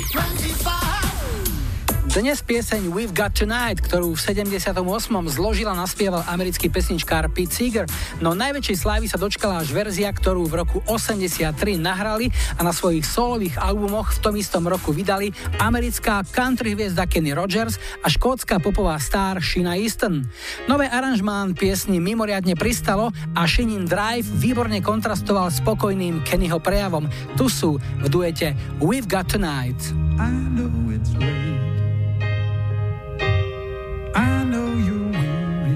C: Dnes pieseň We've Got Tonight, ktorú v 78. zložil a naspieval americký pesničkár Pete Seeger, no najväčšej slávy sa dočkala až verzia, ktorú v roku 83 nahrali a na svojich solových albumoch v tom istom roku vydali americká country hviezda Kenny Rogers a škótska popová star Sheena Easton. Nové aranžmán piesni mimoriadne pristalo a Sheenin Drive výborne kontrastoval s spokojným Kennyho prejavom. Tu sú v duete We've Got Tonight.
J: I know it's late. I know you're weary.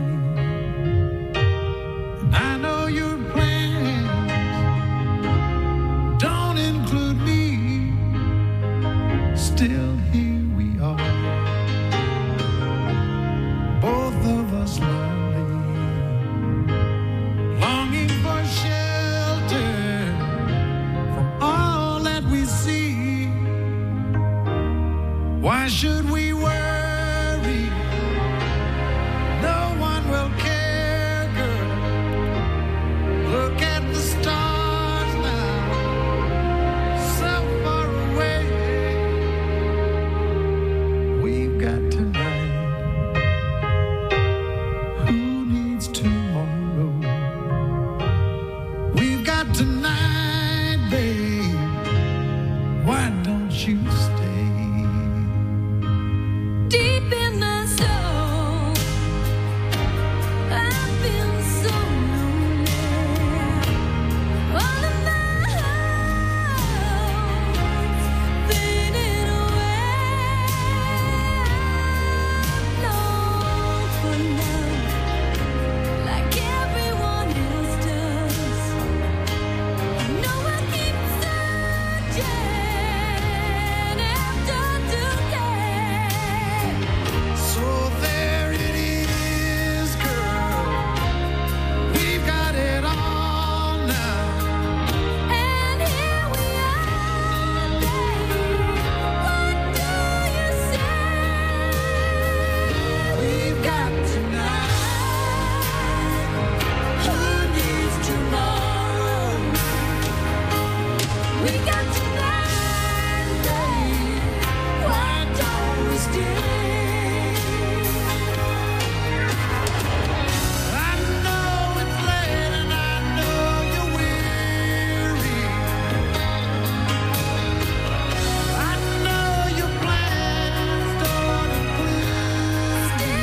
J: And I know your plans don't include me. Still here we are, both of us lonely, longing for shelter from all that we see. Why should we worry? No one will care, girl. Look at the stars now, so far away. We've got tonight. Who needs tomorrow? We've got tonight, babe. Why don't you stay?
F: Deep in my soul, I feel so lonely. All of my hopes fading away. I long for love like everyone else does. I know I keep searching after today.
J: So there it is, girl. We've got it all now.
F: And here we are, babe. What do you say?
J: We've got tonight.
F: Who needs tomorrow? We got tonight, babe. Why don't we stay?
J: I know it's late and I know you're weary. I know your plans don't include me.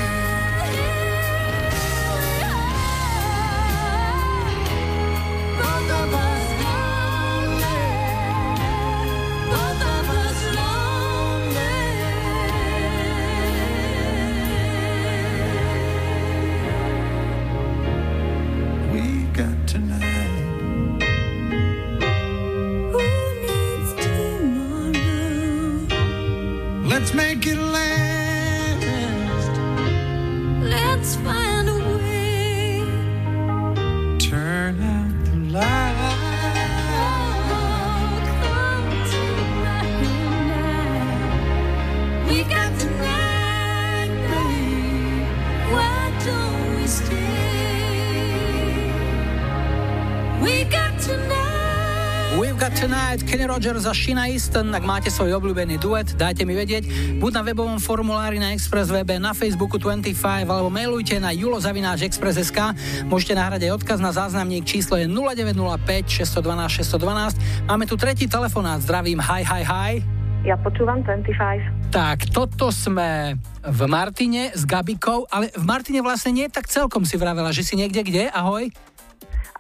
F: Both of us lonely. Both of us lonely.
J: We've got tonight.
F: Who needs tomorrow?
J: Let's make it last.
F: Let's find a way.
J: Turn out the light.
F: Come tonight. We got tonight, babe. Why don't we stay? We got tonight.
C: We've Got Tonight, Kenny Rogers a Sheena Easton. Ak máte svoj obľúbený duet, dajte mi vedieť. Buď na webovom formulári na Express webe, na Facebooku 25, alebo mailujte na julo@express.sk. Môžete nahrať aj odkaz na záznamník, číslo je 0905 612 612. Máme tu tretí telefonát, zdravím, hi.
O: Ja počúvam 25.
C: Tak, toto sme v Martine s Gabikou, ale v Martine vlastne nie tak celkom si vravela, že si niekde kde, ahoj?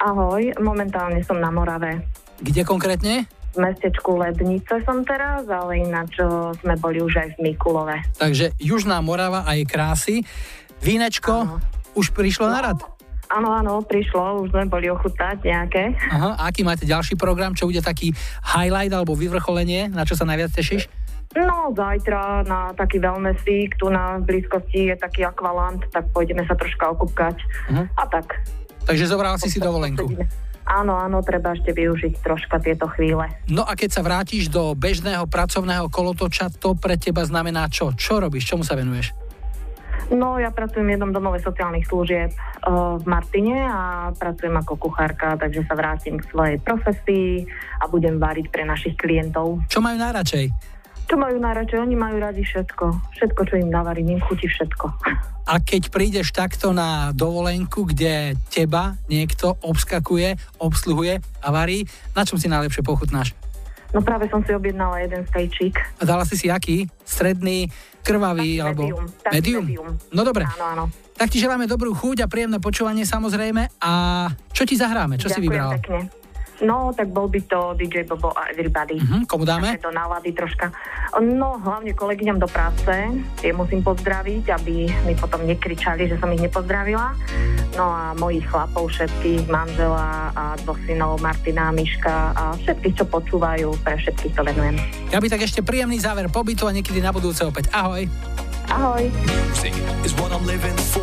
O: Ahoj, momentálne som na Morave.
C: Kde konkrétne?
O: V mestečku Lednice som teraz, ale ináč sme boli už aj v Mikulove.
C: Takže Južná Morava a jej krásy. Vínečko už prišlo na rad?
O: Áno, prišlo, už sme boli ochutnať nejaké.
C: Aha, a aký máte ďalší program, čo bude taký highlight alebo vyvrcholenie, na čo sa najviac tešíš?
O: No, zajtra na taký wellnessík, tu na blízkosti je taký akvaland, tak pôjdeme sa troška okúpkať. A tak.
C: Takže zobral si dovolenku.
O: Áno, treba ešte využiť troška tieto chvíle.
C: No a keď sa vrátiš do bežného pracovného kolotoča, to pre teba znamená čo? Čo robíš? Čomu sa venuješ?
O: No, ja pracujem v jednom domove sociálnych služieb v Martine a pracujem ako kuchárka, takže sa vrátim k svojej profesii a budem variť pre našich klientov.
C: Čo majú najradšej?
O: Čo majú najradšej? Oni majú radi všetko. Všetko, čo im navarím, im chutí všetko.
C: A keď prídeš takto na dovolenku, kde teba niekto obskakuje, obsluhuje a varí, na čom si najlepšie pochutnáš?
O: No práve som si objednala jeden stejčík.
C: A dala si aký? Stredný, krvavý alebo... Medium? No dobre.
O: Áno.
C: Tak ti želáme dobrú chuť a príjemné počúvanie samozrejme. A čo ti zahráme? Čo si vybrala?
O: Ďakujem pekne. No, tak bol by to DJ Bobo a Everybody.
C: Komu dáme?
O: Také do nálady troška. No, hlavne kolegyňam do práce. Tie musím pozdraviť, aby mi potom nekričali, že som ich nepozdravila. No a mojich chlapov všetkých, manžela a 2 synov, Martina a Miška a všetkých, čo počúvajú, pre všetkých to venujem.
C: Gabi, tak ešte príjemný záver pobytu a niekedy na budúce opäť. Ahoj.
O: Ahoj.
P: Music is what I'm living for.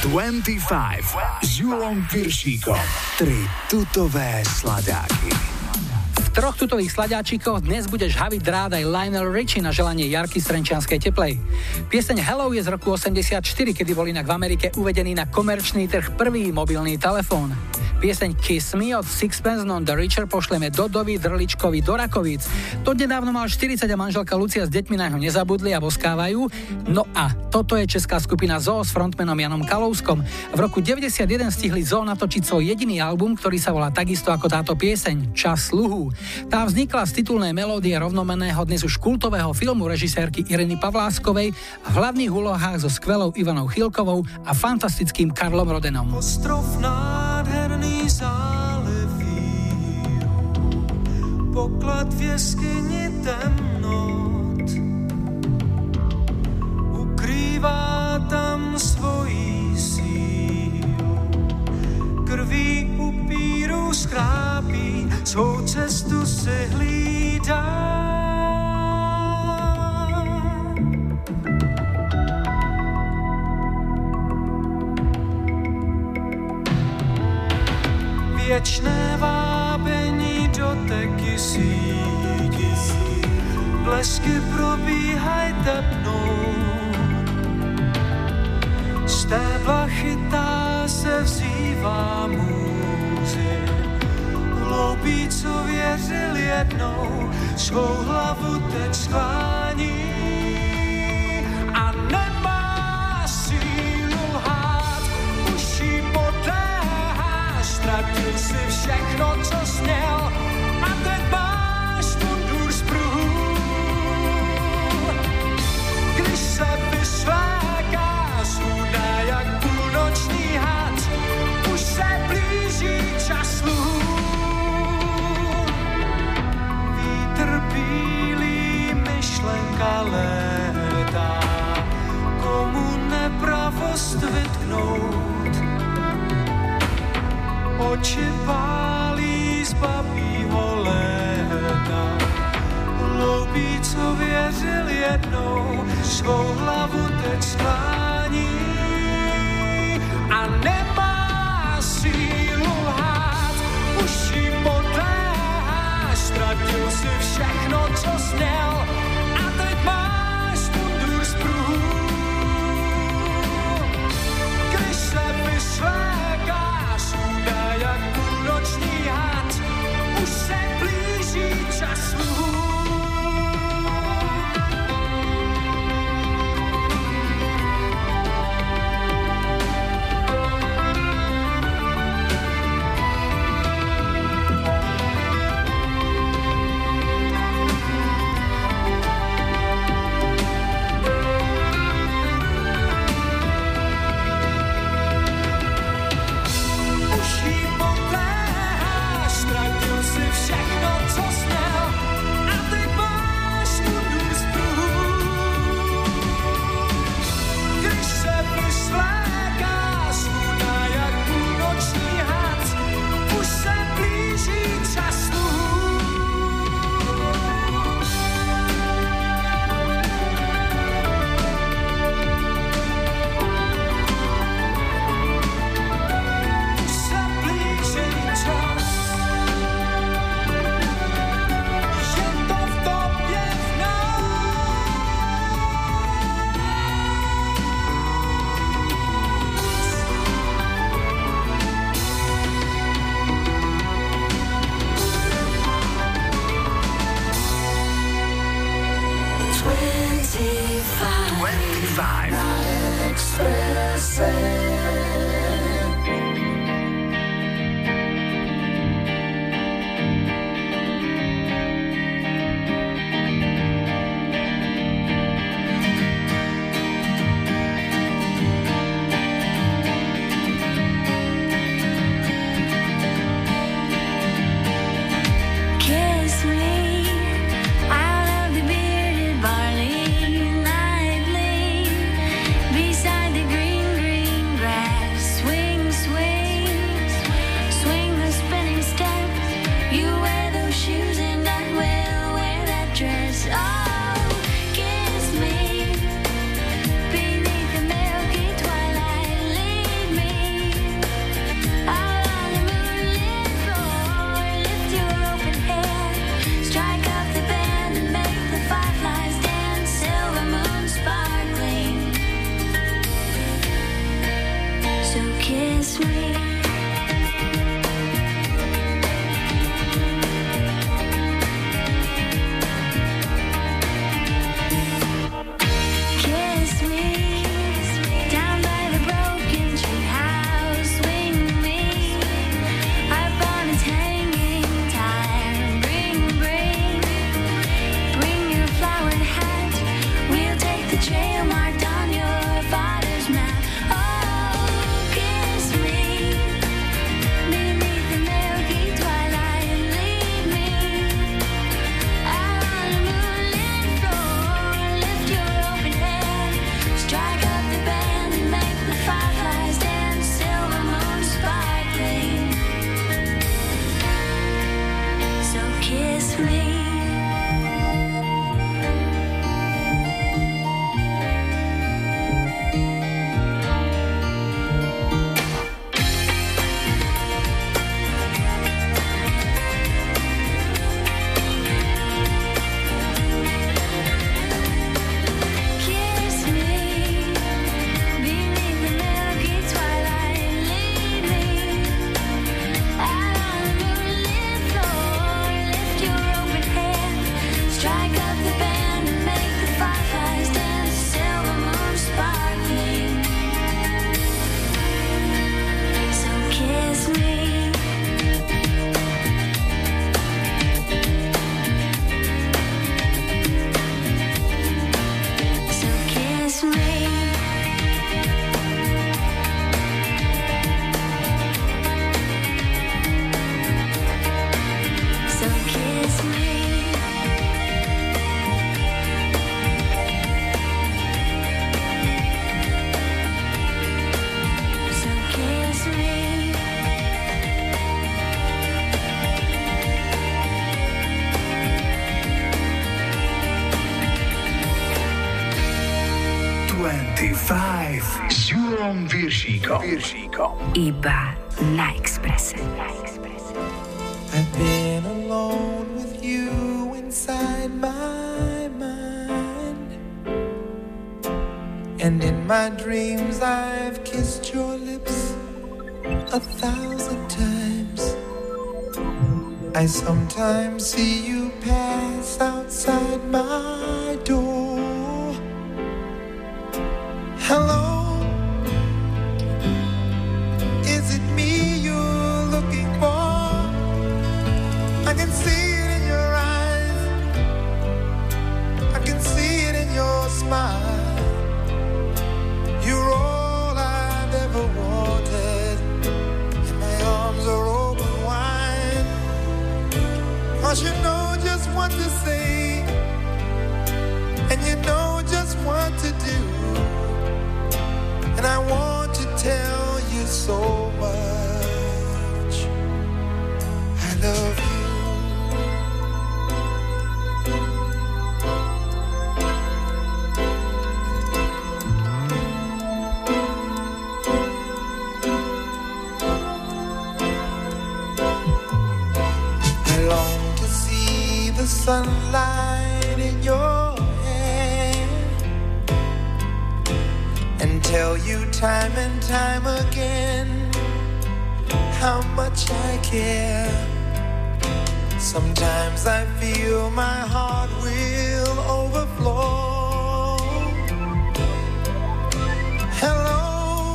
A: 25 s Julom Piršíkom. 3 tutové sladáky.
C: V 3 tutových sladáčikoch dnes budeš haviť rád aj Lionel Richie na želanie Jarky Strenčianskej Teplej. Pieseň Hello je z roku 84, kedy bol inak v Amerike uvedený na komerčný trh prvý mobilný telefón. Pieseň Kiss Me od Sixpence None the Richer pošleme Dodovi Drličkovi do Rakovíc. To nedávno mal 40 a manželka Lucia s deťmi na ňo nezabudli a boskávajú. No a toto je česká skupina Zoo s frontmanom Janom Kalouskom. V roku 91 stihli Zoo natočiť svoj jediný album, ktorý sa volá takisto ako táto pieseň Čas sluhu. Tá vznikla z titulnej melódie rovnomenného dnes už kultového filmu režisérky Ireny Pavláskovej v hlavných úlohách so skvelou Ivanou Chilkovou a fantastickým Karlom Rodenom.
J: Ostrov nádherný záleví, poklad v jeskyni temnot, ukrývá tam svojí sílu, krví upíru schrápí, svou cestu si hlídá. Věčné vábení doteky sídí, blesky probíhaj tepnou, stébla chytá se vzývá můzy, hloupý, co věřil jednou, svou hlavu teď sklání a nemá sílu lhát, už jí podléháš, ztratil si všechno, co směl, a teď máš mundur z pruhů. Když se vysvékáš, hudá jak půlnoční had, už se blíží čas sluhů. Vítr bílý, myšlenka létá, komu nepravost vytknout, oči pálí z babího léta, hloupý, co věřil jednou, svou hlavu teď sklání a nemá sílu lhát, už jí podléháš, ztratil si všechno, co směl, a teď máš mundur z pruhů. Když se vysvékáš, hudá jak půlnoční had, už se blíží čas sluhů.
D: kiss me. Kiss me down by the broken tree house. Swing me up on its hanging tire. Bring your flowered hat. We'll take the trail marked on your father's map. Oh, kiss me beneath the milky twilight. Lead me out on a moonlit floor. Lift your open hand, strike up the band and make the fireflies dance. Silver moon sparkling. So kiss me. Kiss me beneath the milky twilight. Lead me out on a moonlit floor. Lift your open hand, strike up the band and make the fireflies dance. Silver moon sparkling. So kiss me. So kiss me. So kiss me. So kiss me.
A: S Júlom Viršíkom.
L: Iba na Expresse.
J: I've been alone with you inside my mind, and in my dreams I've kissed your lips 1,000 times. I sometimes see you pass outside my door. Hello, is it me you're looking for? I can see it in your eyes, I can see it in your smile. You're all I've ever wanted, and my arms are open wide. 'Cause you know just what to say, and you know just what to do. And I want to tell you so much. I love you. I long to see the sunlight in your hair and tell you time and time again how much I care. Sometimes I feel my heart will overflow. Hello,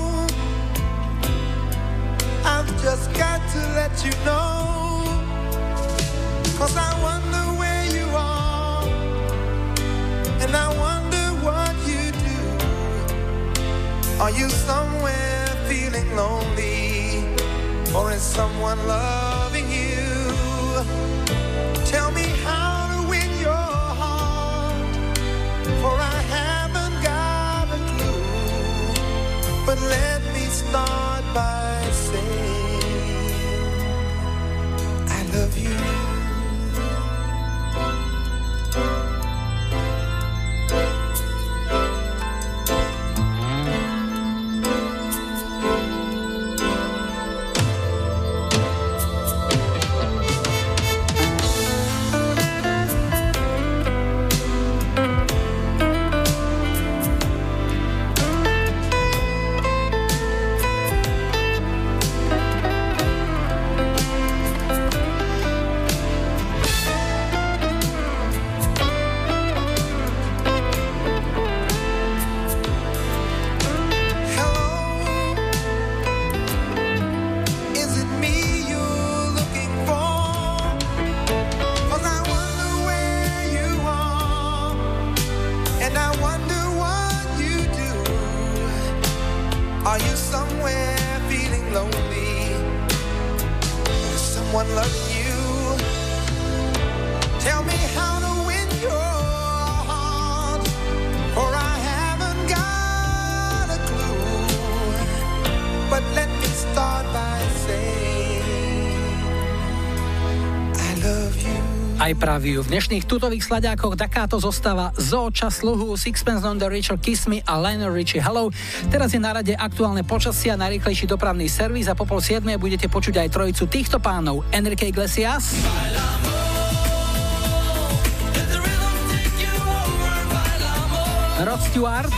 J: I've just got to let you know, 'cause I wonder where you are, and I wonder what you do. Are you somewhere feeling lonely, or is someone loving you? Tell me how to win your heart, for I haven't got a clue. But let me start by saying I love you. somewhere feeling lonely, someone loving you. Tell me how to win your heart, for I haven't got a clue. But let me start by saying I love you.
C: Aj praviu. V dnešných tutových slaďákoch takáto zostáva Zo, Čas sluhu, Sixpence None the Richer, Kiss Me a Lionel Richie Hello. Teraz je na rade aktuálne počasie a najrýchlejší dopravný servis a po 6:30 budete počuť aj trojicu týchto pánov: Enrique Iglesias, Rod Stewart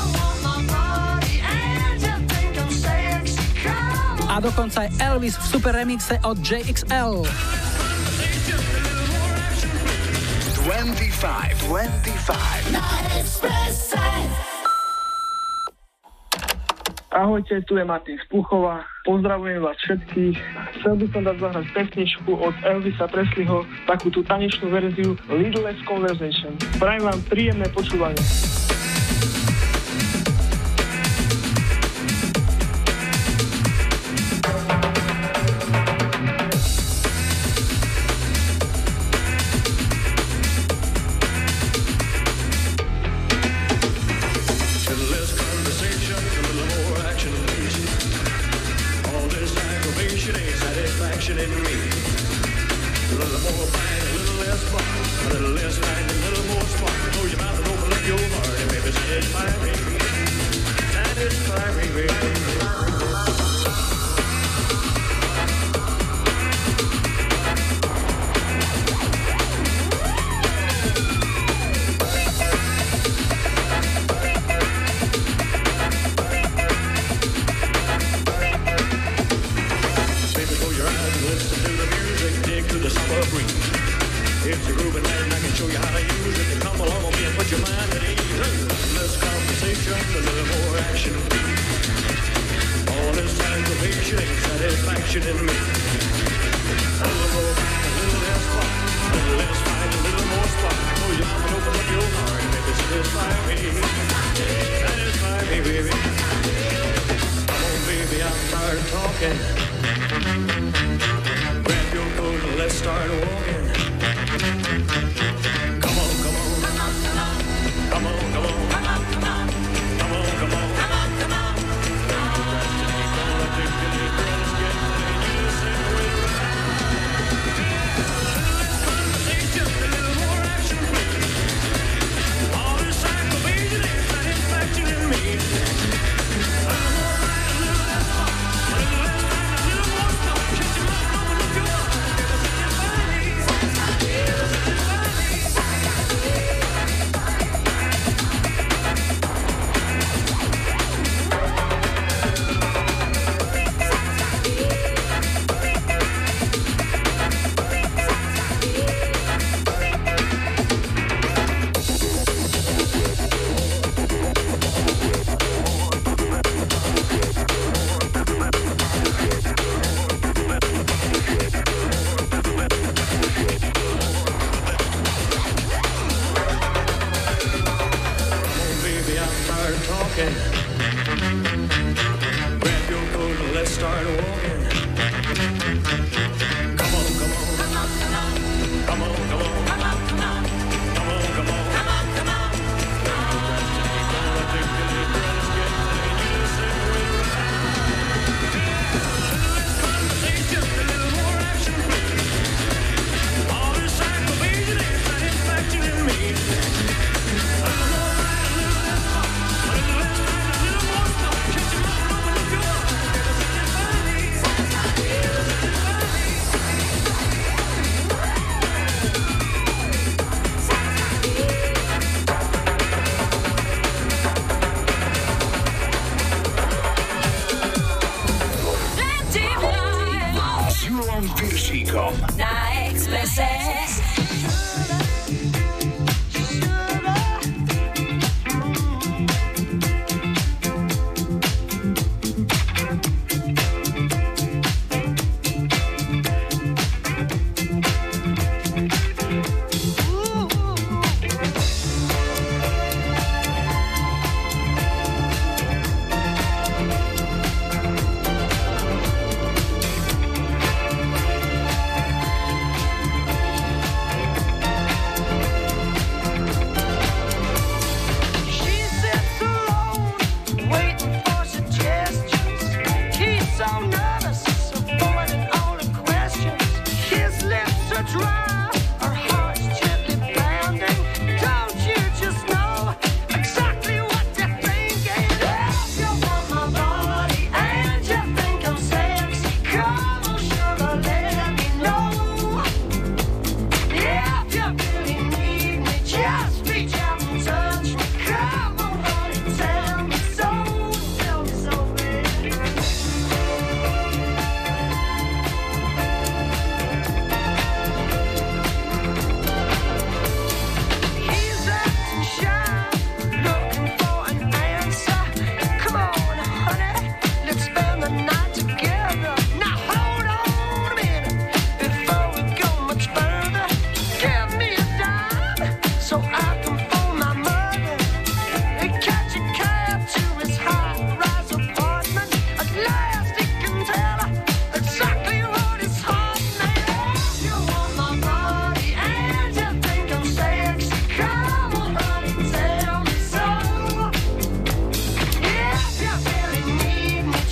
C: a dokonca aj Elvis v super remixe od JXL.
A: 25
F: na Expresse.
Q: Ahojte, tu je Martin z Púchova. Pozdravujem vás všetkých. Chcel by som dať zahrať pesničku od Elvisa Presleyho, takú tú tanečnú verziu Little Less Conversation. Prajem vám príjemné počúvanie.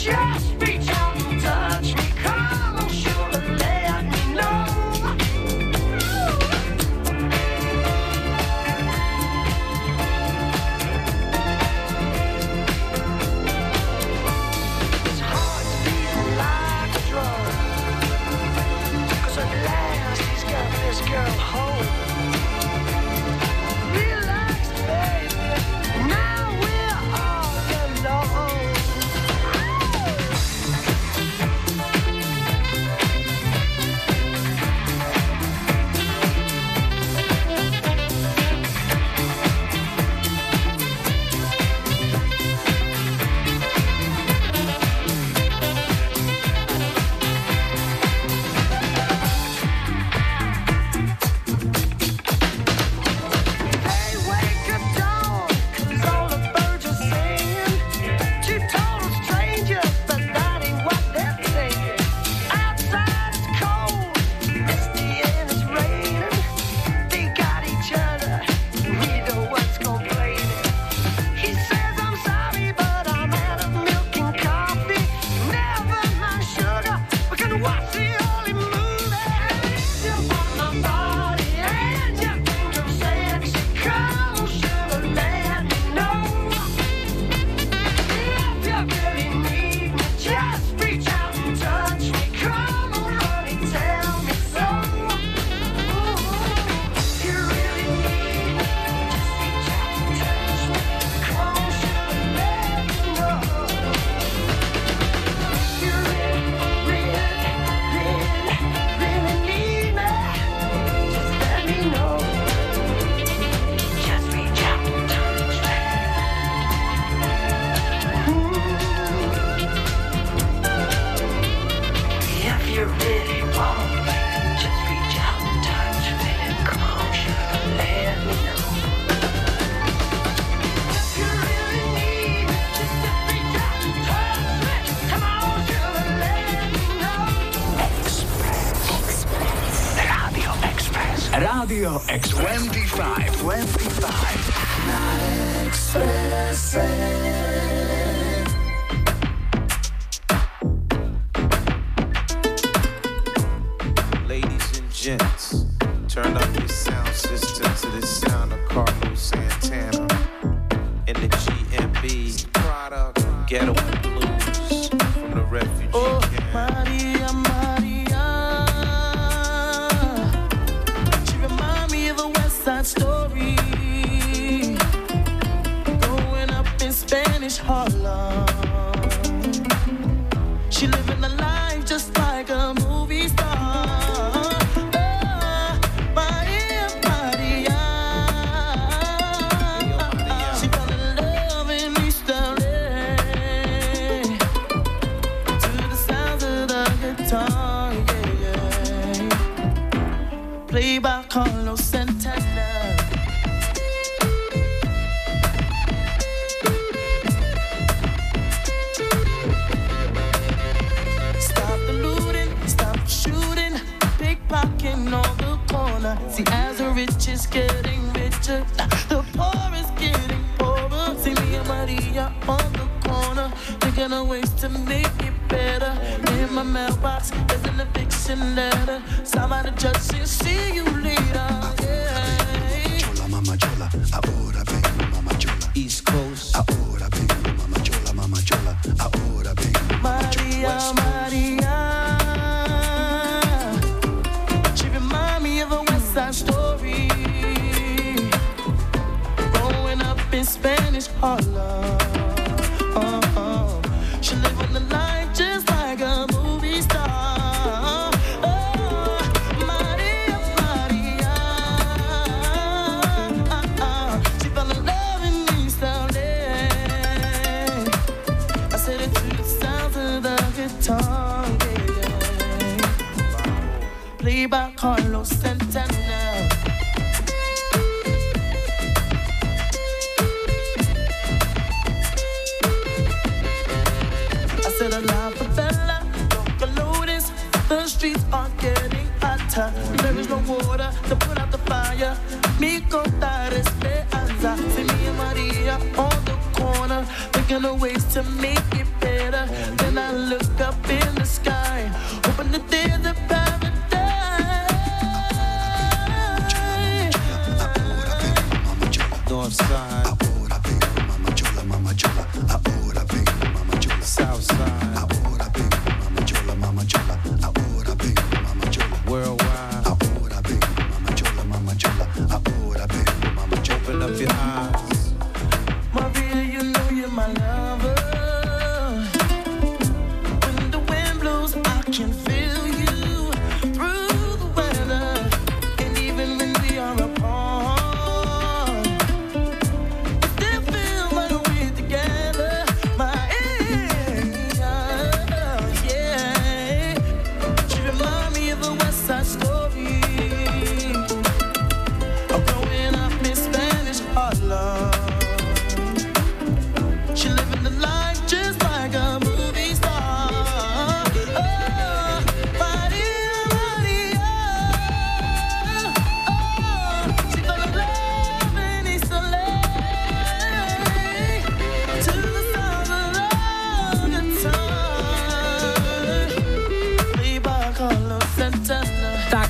J: Just reach out and touch me. Come on, sugar, let me know. His heart's beating like a drum. 'Cause at last he's got this girl home. Relax, baby. Now we're all alone. Hey, wake up, dawn, 'cause all the birds are singing. She told a stranger, but that ain't what they're saying. Outside it's cold, misty and it's raining. They got each other, neither one's complaining. He says, I'm sorry, but I'm out of milk and coffee. Never mind sugar, we can watch the only movie. You want my body and you think I'm sexy. Come on, sugar, let me know. If you really need me, just reach out and touch me. Come on, honey, tell me so. You really need me, just reach out and touch me. Come on, sugar, let me know. You really, really, really, really need me, just let me know. Just reach out and touch me. If you really want me, just reach out and touch me. Come on, sugar, let me know. If you really need me, just reach out and touch me. Come on, sugar, let me know.
A: Radio Express. Radio Express. 25. Na Expresse.
R: Ladies and gents, turn up your sound system to the sound of Carlos Santana and the GMB product Ghetto Blues from the refugee camp.
J: Maria, Maria, she remind me of a West Side Story. Growing up in Spanish Harlem, she living a life just like a movie star. Maria, Maria, she fell in love in East LA to the sounds of the guitar, yeah. Played by Carlos Santana. Stop the looting, stop the shooting, pickpocketing on the corner. See, as the rich is getting richer, the poor is getting poorer. See me and Maria on the corner, thinking of ways to make it better. In my mailbox, there's an eviction letter. Somebody just said, see you later. Yeah.
A: Mama Chola, ahora vengo, Mama Chola.
R: East Coast.
A: Ahora vengo, Mama Chola, Mama Chola. Ahora vengo, Mama
J: Maria,
A: Chola.
J: Maria, she remind me of a West Side Story. Growing up in Spanish Harlem, she living the life just like a movie star. Maria, Maria, she fell in love in East LA. I said it to the sounds of the guitar, yeah. Played by Carlos Santana. I said a la favela, don't Lotus, the streets are getting hotter. There is no water to put out the fire. Mi contar esperanza. See me and Maria on the corner, thinking of ways to make it better. Then I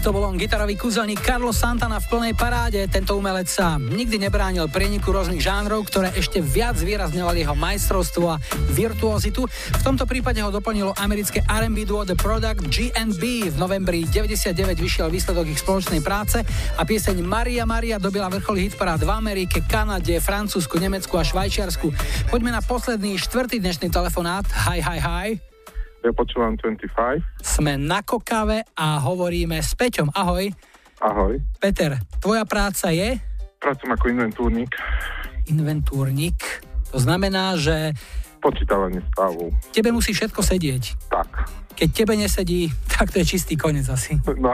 C: to bol on, gitarový kúzelník Carlos Santana v plnej paráde. Tento umelec sa nikdy nebránil prieniku rôznych žánrov, ktoré ešte viac zvýrazňovali jeho majstrovstvo a virtuozitu. V tomto prípade ho doplnilo americké R&B duo The Product G&B. V novembri 99 vyšiel výsledok ich spoločnej práce a pieseň Maria Maria dobila vrcholy hitparád v Amerike, Kanade, Francúzsku, Nemecku a Švajčiarsku. Poďme na posledný, štvrtý dnešný telefonát. Hi.
S: Ja počúvam 25.
C: Sme na Kokave a hovoríme s Peťom. Ahoj.
S: Ahoj.
C: Peter, tvoja práca je?
S: Pracujem ako inventúrnik.
C: Inventúrnik. To znamená, že...
S: Počítavanie stavu.
C: Tebe musí všetko sedieť.
S: Tak.
C: Keď tebe nesedí, tak to je čistý koniec asi.
S: No.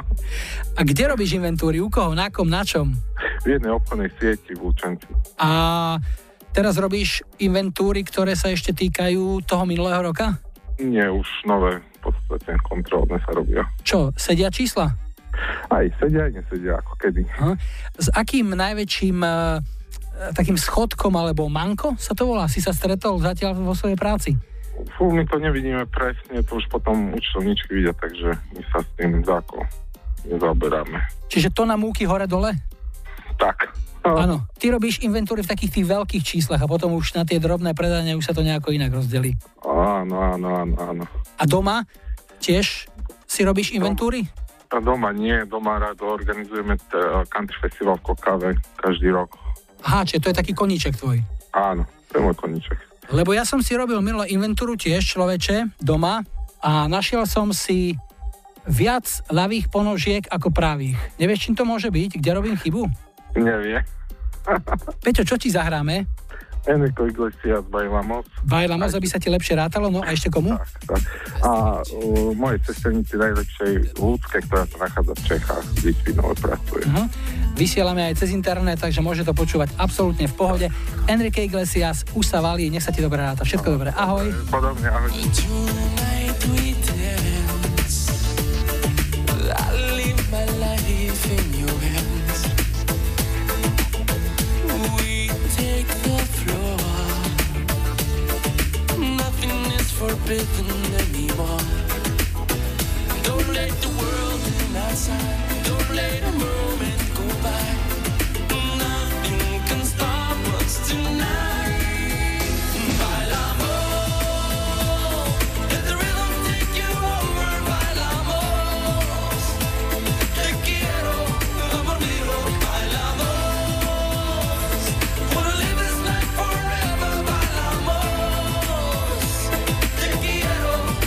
C: A kde robíš inventúry? U koho? Na kom? Na čom?
S: V jednej obchodnej sieti v Lučenci.
C: A teraz robíš inventúry, ktoré sa ešte týkajú toho minulého roka?
S: Nie, už nové, v podstate kontrolné sa robia.
C: Čo, sedia čísla?
S: Aj sedia, aj nesedia, ako kedy.
C: S akým najväčším takým schodkom alebo manko sa to volá? Si sa stretol zatiaľ vo svojej práci?
S: My to nevidíme presne, to už potom účtovníčky vidia, takže my sa s tým zákon nezaoberáme.
C: Čiže to na múky hore-dole?
S: Tak.
C: Áno, ty robíš inventúry v takých tých veľkých číslach a potom už na tie drobné predania už sa to nejako inak rozdelí.
S: Áno.
C: A doma tiež si robíš inventúry?
S: Doma nie, doma rád organizujeme country festival v Kokave každý rok.
C: Aha, čiže to je taký koníček tvoj?
S: Áno, to je môj koníček.
C: Lebo ja som si robil minulé inventúru tiež, človeče, doma a našiel som si viac ľavých ponožiek ako pravých. Nevieš, čím to môže byť? Kde robím chybu?
S: Nevie.
C: Peťo, čo ti zahráme?
S: Enrico Iglesias, Bailamos.
C: Bailamos, aby sa ti lepšie rátalo, no a ešte komu?
S: Tak. A mojej sesternici najlepšej ľudské, ktorá sa nachádza v Čechách, v Litvinove pracuje.
C: Vysielame aj cez internet, takže môže to počúvať absolútne v pohode. Enrique Iglesias, už sa valí, nech sa ti dobre ráta. Všetko dobré, ahoj.
S: Podobne, ahoj.
F: Forbidden anymore. Don't let the world in outside. Don't let a moment go by. Nothing can stop us tonight. Bailamos. Let the rhythm take you over. Bailamos. Te quiero, amorito. Bailamos. Wanna live this life forever. Bailamos. Te quiero.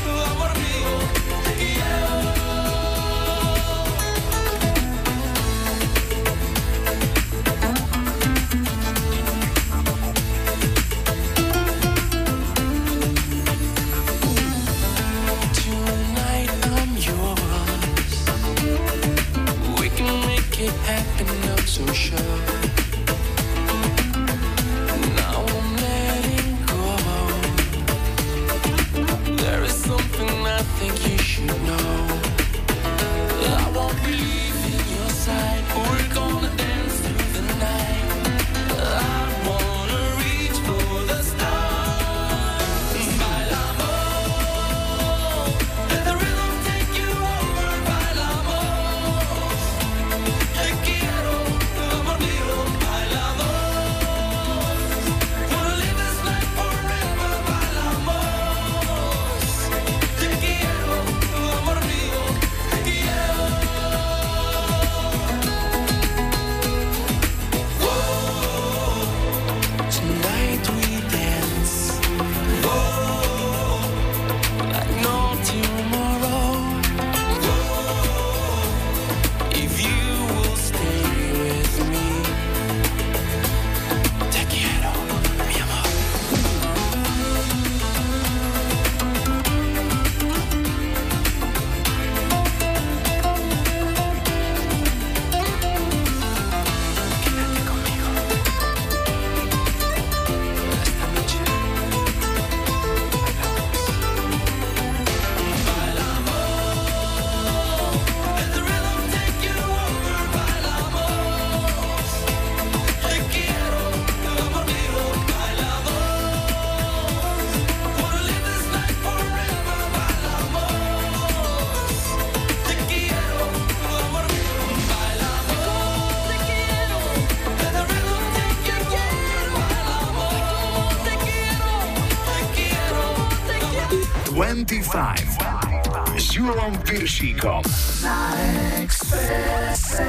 A: 25 s Julom Piršíkom na Expresse.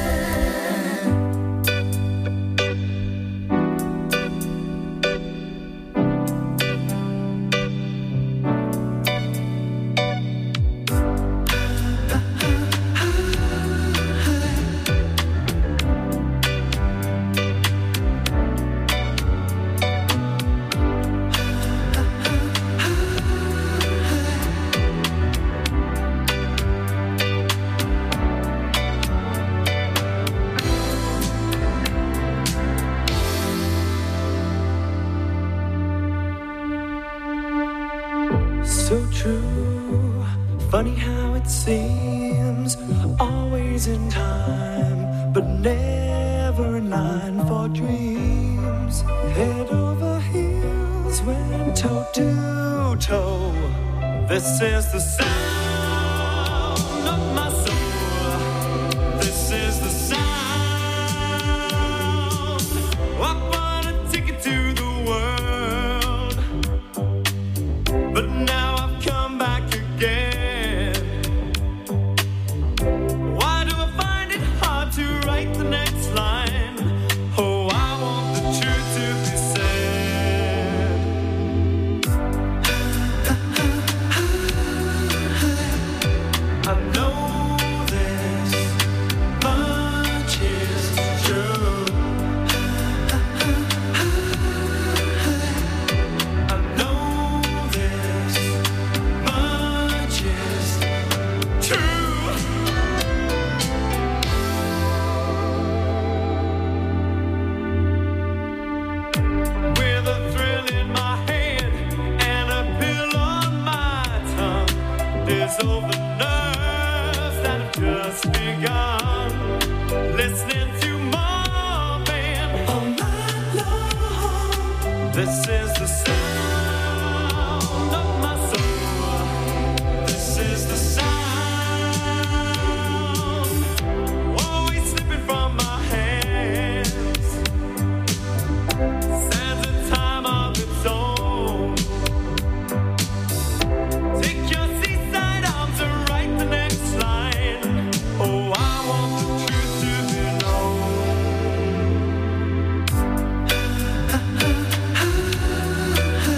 J: So true, funny how it seems, always in time, but never in line for dreams. Head over heels, went toe to toe. This is the sound of my soul. This is the sound. I wanna take it to the world, but now I've come back again. Why do I find it hard to write the next line? Oh, I want the truth to be said. I know this much is true. I know this much is true. With a thrill in my head and a pill on my tongue, there's over nerves that have just begun. Listening to Marvin all night long. This is the sound of my soul. This is the sound, always slipping from my hands. Stands a time of its own. Take your seaside arms and write the next line. Oh, I want the truth to be known.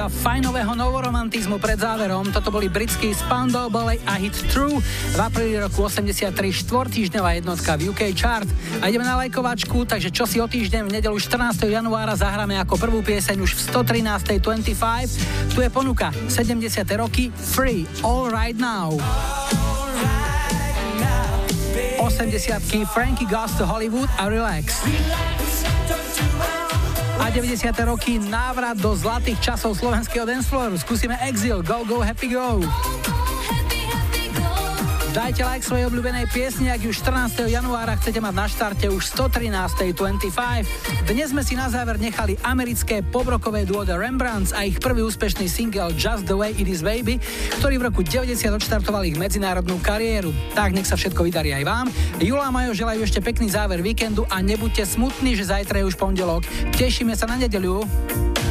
C: pesnička fajnového novoromantizmu pred záverom. Toto boli britskí Spandau Ballet a hit True. V apríli roku 83 štvortýždňová jednotka v UK chart. A ideme na lajkovačku, takže čo si o týždeň v nedeľu 14. januára zahráme ako prvú pieseň už v 113.25. Tu je ponuka 70. roky Free All Right Now. 80-ky Frankie Goes to Hollywood a Relax. A 90. roky návrat do zlatých časov slovenského danceflooru. Skúsime Exile, Go Go Happy Go. Dajte like svojej obľúbenej piesni, ak ju 14. januára chcete mať na štarte už 113.25. Dnes sme si na záver nechali americké pobrokové duo The Rembrandts a ich prvý úspešný single Just the Way It Is Baby, ktorý v roku 90 odštartoval ich medzinárodnú kariéru. Tak nech sa všetko vydarí aj vám. Jula a Majo želajú ešte pekný záver víkendu a nebuďte smutní, že zajtra je už pondelok. Tešíme sa na nedeľu.